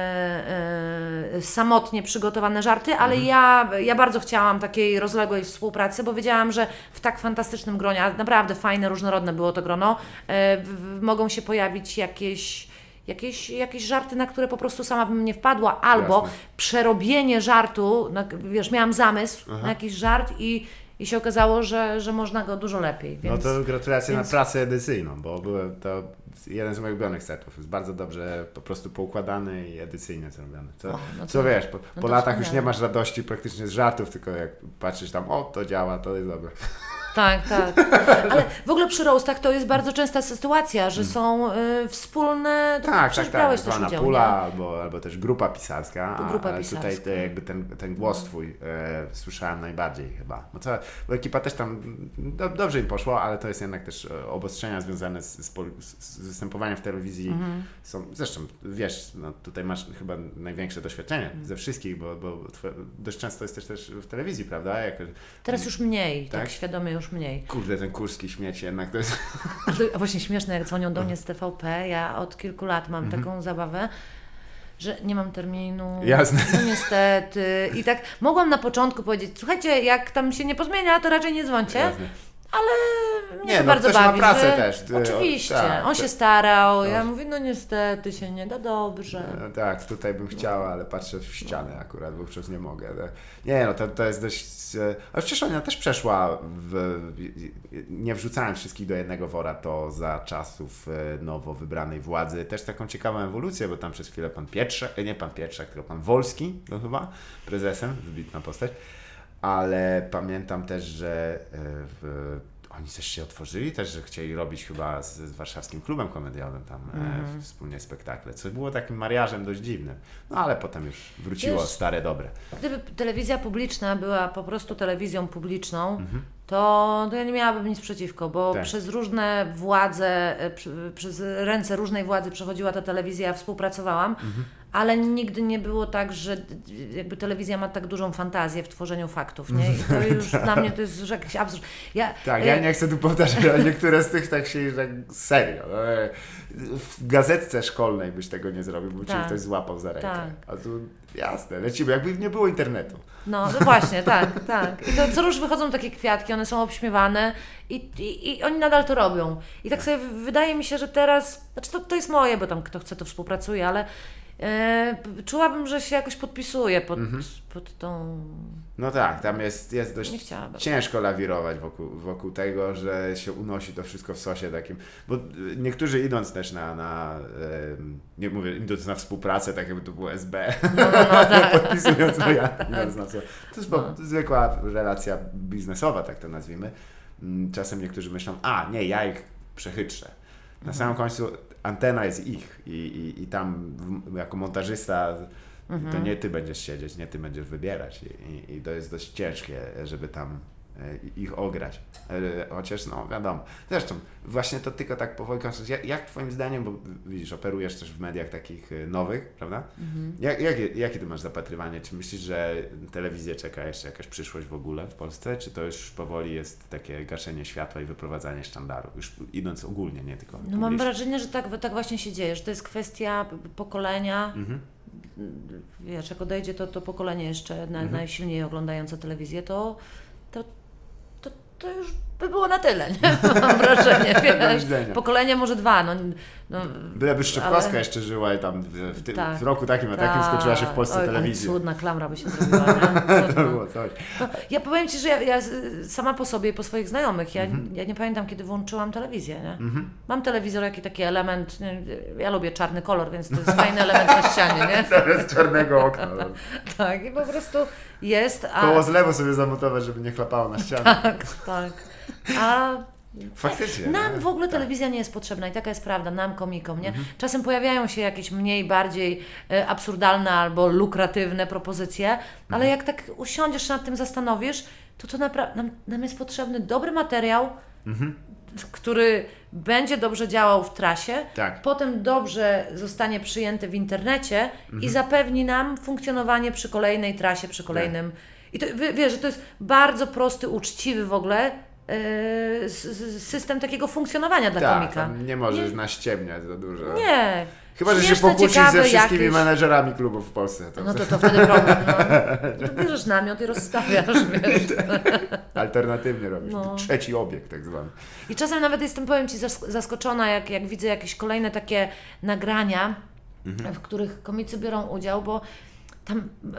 samotnie przygotowane żarty, ale ja bardzo chciałam takiej rozległej współpracy, bo wiedziałam, że w tak fantastycznym gronie, a naprawdę fajne, różnorodne było to grono, mogą się pojawić jakieś żarty, na które po prostu sama bym nie wpadła, albo przerobienie żartu, wiesz, miałam zamysł na jakiś żart i i się okazało, że można go dużo lepiej. Więc, no to gratulacje na pracę edycyjną, bo były to jeden z moich ulubionych setów. Jest bardzo dobrze po prostu poukładany i edycyjnie zrobiony. Co wiesz, po latach już nie masz radości praktycznie z żartów, tylko jak patrzysz tam, to działa, to jest dobre. Tak. Ale w ogóle przy roastach to jest bardzo częsta sytuacja, że są wspólne... Tak. Brałeś też zwana udział, pula albo też grupa pisarska. Tutaj jakby ten głos twój słyszałem najbardziej chyba. Bo ekipa też tam dobrze im poszło, ale to jest jednak też obostrzenia związane z występowaniem w telewizji. Są, zresztą wiesz, tutaj masz chyba największe doświadczenie ze wszystkich, bo dość często jest też w telewizji, prawda? Teraz już mniej, tak świadomie już mniej. Kurde, ten Kurski śmieci jednak to jest... A właśnie śmieszne, jak dzwonią do mnie z TVP, ja od kilku lat mam taką zabawę, że nie mam terminu, Jasne. No niestety. I tak mogłam na początku powiedzieć, słuchajcie, jak tam się nie pozmienia, to raczej nie dzwońcie. Jasne. Ale mnie to bardzo bawi. Ma pracę też. Oczywiście. On się starał. Ja mówię, no niestety się nie da dobrze. Tak, tutaj bym chciała, ale patrzę w ścianę akurat, bo wówczas nie mogę. Nie, to jest dość... Ale przecież ona też przeszła nie wrzucając wszystkich do jednego wora, to za czasów nowo wybranej władzy. Też taką ciekawą ewolucję, bo tam przez chwilę pan Pietrzak, tylko pan Wolski, no chyba, prezesem, wybitna postać. Ale pamiętam też, że oni też się otworzyli, też, że chcieli robić chyba z warszawskim klubem komediowym tam wspólnie spektakle, co było takim mariażem dość dziwnym. No ale potem już wróciło stare dobre. Gdyby telewizja publiczna była po prostu telewizją publiczną, to ja nie miałabym nic przeciwko, bo przez różne władze, przez ręce różnej władzy przechodziła ta telewizja, ja współpracowałam, ale nigdy nie było tak, że jakby telewizja ma tak dużą fantazję w tworzeniu faktów, nie? I to już dla mnie to jest jakiś absurd. Ja nie chcę tu powtarzać, ale niektóre z tych tak się tak serio. W gazetce szkolnej byś tego nie zrobił, bo cię ktoś złapał za rękę. Tak. A tu jasne, lecimy, jakby nie było internetu. No właśnie, tak. I to co róż wychodzą takie kwiatki, one są obśmiewane i oni nadal to robią. I tak sobie wydaje mi się, że teraz, znaczy to jest moje, bo tam kto chce to współpracuje, ale czułabym, że się jakoś podpisuje pod tą... No tak, tam jest dość ciężko lawirować wokół tego, że się unosi to wszystko w sosie takim, bo niektórzy idąc też nie mówię, idąc na współpracę, tak jakby to było SB, tak. podpisując idąc na co. To jest zwykła relacja biznesowa, tak to nazwijmy. Czasem niektórzy myślą, ja ich przechytrzę. Na samym końcu antena jest ich i tam jako montażysta to nie ty będziesz siedzieć, nie ty będziesz wybierać i to jest dość ciężkie, żeby tam ich ograć. Chociaż wiadomo. Zresztą właśnie to tylko tak powoli konstruuję. Jak twoim zdaniem, bo widzisz, operujesz też w mediach takich nowych, prawda? Jakie ty masz zapatrywanie? Czy myślisz, że telewizję czeka jeszcze jakaś przyszłość w ogóle w Polsce? Czy to już powoli jest takie gaszenie światła i wyprowadzanie sztandaru? Już idąc ogólnie, nie tylko publicznie. Mam wrażenie, że tak właśnie się dzieje, że to jest kwestia pokolenia. Wiesz, jak odejdzie to pokolenie jeszcze najsilniej oglądające telewizję, to już by było na tyle, nie? Mam wrażenie, wiesz. Pokolenie może dwa, Byleby Szczepkowska jeszcze żyła i tam w roku takim skończyła się w Polsce telewizja. Cudna klamra by się zrobiła, nie? To było coś. Ja powiem Ci, że ja sama po sobie i po swoich znajomych, ja nie pamiętam, kiedy włączyłam telewizję, nie? Mam telewizor, taki element, ja lubię czarny kolor, więc to jest fajny element na ścianie, nie? Zamiast czarnego okna. Tak, i po prostu jest... Koło zlewu sobie zamontować, żeby nie chlapało na ścianę. Tak. A faktycznie. Nam w ogóle telewizja nie jest potrzebna i taka jest prawda, nam komikom, nie? Czasem pojawiają się jakieś bardziej absurdalne albo lukratywne propozycje, ale jak tak usiądziesz nad tym, zastanowisz, to naprawdę nam jest potrzebny dobry materiał, który będzie dobrze działał w trasie, potem dobrze zostanie przyjęty w internecie i zapewni nam funkcjonowanie przy kolejnej trasie, przy kolejnym... I to, wiesz, że to jest bardzo prosty, uczciwy w ogóle system takiego funkcjonowania dla komika. Nie możesz naściemniać za dużo. Nie. Chyba, że się pokłócisz ze wszystkimi menedżerami klubów w Polsce. To wtedy problem. To bierzesz namiot i rozstawiasz, wiesz. Alternatywnie robisz. Trzeci obiekt tak zwany. I czasem nawet jestem, powiem Ci, zaskoczona, jak widzę jakieś kolejne takie nagrania, w których komicy biorą udział, bo tam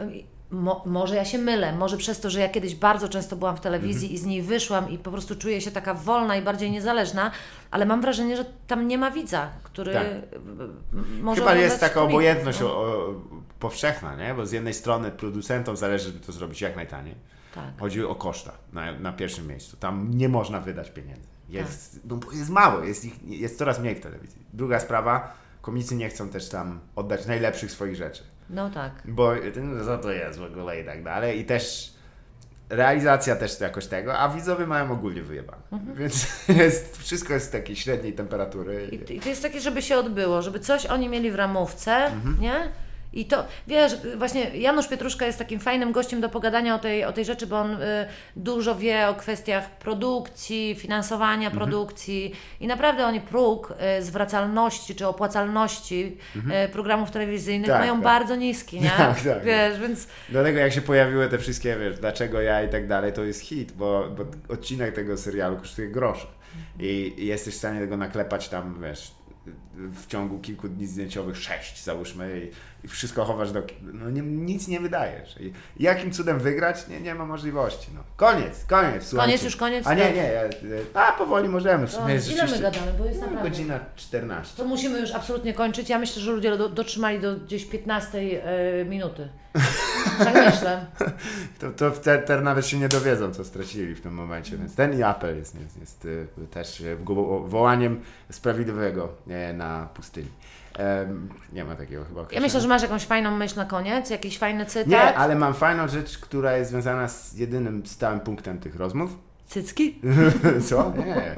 Może ja się mylę, może przez to, że ja kiedyś bardzo często byłam w telewizji i z niej wyszłam i po prostu czuję się taka wolna i bardziej niezależna, ale mam wrażenie, że tam nie ma widza, który Tak. może Chyba jest oglądać taka komiki, obojętność no. powszechna, nie? Bo z jednej strony producentom zależy, żeby to zrobić jak najtaniej. Tak. Chodzi o koszta na pierwszym miejscu. Tam nie można wydać pieniędzy. No bo jest mało, jest coraz mniej w telewizji. Druga sprawa, komicy nie chcą też tam oddać najlepszych swoich rzeczy. No tak. Bo co to jest w ogóle i tak dalej. I też realizacja też jakoś tego, a widzowie mają ogólnie wyjebane. Więc wszystko jest takiej średniej temperatury. I to jest takie, żeby się odbyło, żeby coś oni mieli w ramówce, nie? I to, wiesz, właśnie Janusz Pietruszka jest takim fajnym gościem do pogadania o tej rzeczy, bo on dużo wie o kwestiach produkcji, finansowania produkcji i naprawdę oni próg zwracalności czy opłacalności programów telewizyjnych Tak, mają tak. bardzo niski, nie? Tak. Wiesz, więc... Dlatego jak się pojawiły te wszystkie, wiesz, dlaczego ja i tak dalej, to jest hit, bo odcinek tego serialu kosztuje grosze. I jesteś w stanie tego naklepać tam, wiesz, w ciągu kilku dni zdjęciowych 6 załóżmy i wszystko chowasz nic nie wydajesz. I jakim cudem wygrać? Nie ma możliwości. No. Koniec. Słuchajcie. Koniec? A nie. Powoli możemy. W sumie jest Ile my rzeczywiście gadamy, bo jest naprawdę... godzina 14. To musimy już absolutnie kończyć. Ja myślę, że ludzie dotrzymali do gdzieś 15 minuty. Tak myślę. To wtedy nawet się nie dowiedzą, co stracili w tym momencie, więc ten apel jest też wołaniem sprawiedliwego na pustyni. Nie ma takiego chyba określenia. Ja myślę, że masz jakąś fajną myśl na koniec, jakiś fajny cytat. Nie, ale mam fajną rzecz, która jest związana z jedynym stałym punktem tych rozmów. Cycki? Co? Nie.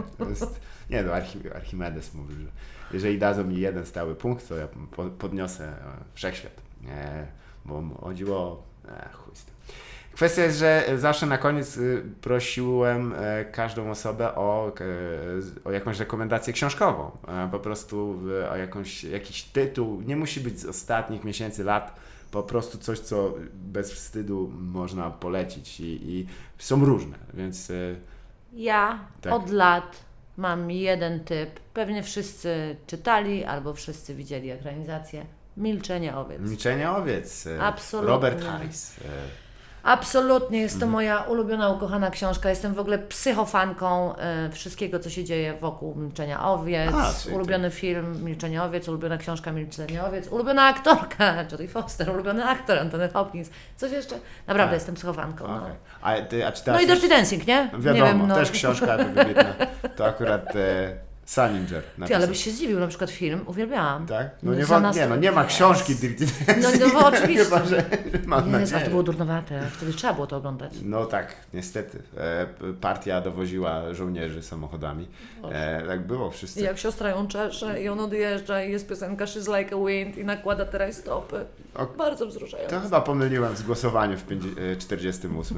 Archimedes mówił, że jeżeli dadzą mi jeden stały punkt, to ja podniosę wszechświat. Bo chodziło o... chuj z tym. Kwestia jest, że zawsze na koniec prosiłem każdą osobę o jakąś rekomendację książkową. Po prostu o jakiś tytuł. Nie musi być z ostatnich miesięcy, lat. Po prostu coś, co bez wstydu można polecić. I są różne, więc... Ja tak. od lat mam jeden typ. Pewnie wszyscy czytali albo wszyscy widzieli ekranizację. Milczenie owiec. Milczenie owiec. Absolutnie. Robert Harris. Absolutnie, jest to moja ulubiona, ukochana książka. Jestem w ogóle psychofanką wszystkiego, co się dzieje wokół Milczenia Owiec. Ulubiony film Milczenie Owiec, ulubiona książka Milczenie Owiec, ulubiona aktorka Jodie Foster, ulubiony aktor Anthony Hopkins. Coś jeszcze? Naprawdę jestem psychofanką. Okay. No. A czy No i Dirty Dancing, nie? Wiadomo, nie wiem, też książka wybitna. To akurat Salinger. Ty, ale byś się zdziwił, na przykład film uwielbiałem. Tak? Nie ma książki Dirty Dancing. No bo oczywiście. Chyba, że mam nadzieję. A to było durnowate, wtedy trzeba było to oglądać. No tak, niestety. Partia dowoziła żołnierzy samochodami. Tak było wszyscy. I jak siostra ją czesze i on odjeżdża i jest piosenka She's Like a Wind i nakłada teraz stopy. Bardzo wzruszające. To chyba pomyliłem z głosowaniem w 48.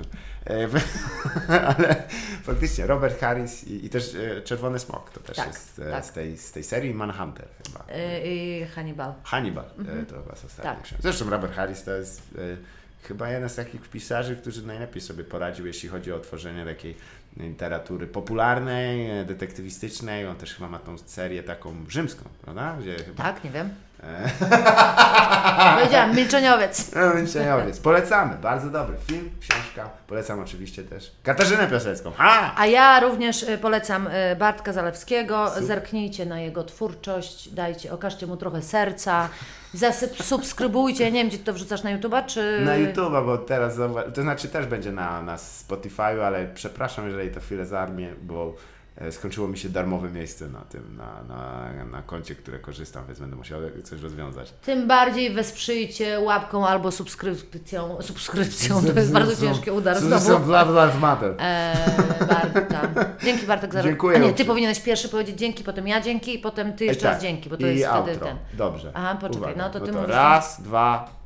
Ale faktycznie Robert Harris i też Czerwony Smok to też jest z tej serii Manhunter chyba. I Hannibal. To chyba jest ostatnia książka. Zresztą Robert Harris to jest chyba jeden z takich pisarzy, którzy najlepiej sobie poradził, jeśli chodzi o tworzenie takiej literatury popularnej, detektywistycznej. On też chyba ma tą serię taką rzymską, prawda? Tak, nie wiem. Powiedziałam, Milczeniowiec. Milczeniowiec. Polecamy. Bardzo dobry film, książka. Polecam oczywiście też Katarzynę Piasecką. A ja również polecam Bartka Zalewskiego. Zerknijcie na jego twórczość, okażcie mu trochę serca. Subskrybujcie, nie wiem, gdzie to wrzucasz, na YouTube'a, czy... Na YouTube'a, bo teraz, to znaczy też będzie na Spotify'u, ale przepraszam, jeżeli to chwilę zarmię, bo skończyło mi się darmowe miejsce na tym, na koncie, które korzystam, więc będę musiał coś rozwiązać. Tym bardziej wesprzyjcie łapką albo subskrypcją. To jest bardzo ciężki udar znowu. Bartka. Dzięki, Bartek, za Dziękuję. A nie, ty powinieneś pierwszy powiedzieć dzięki, potem ja dzięki i potem ty jeszcze raz dzięki, bo to jest wtedy ten. Dobrze. Aha, poczekaj, Uwaga, no to ty mówisz. Raz, dwa...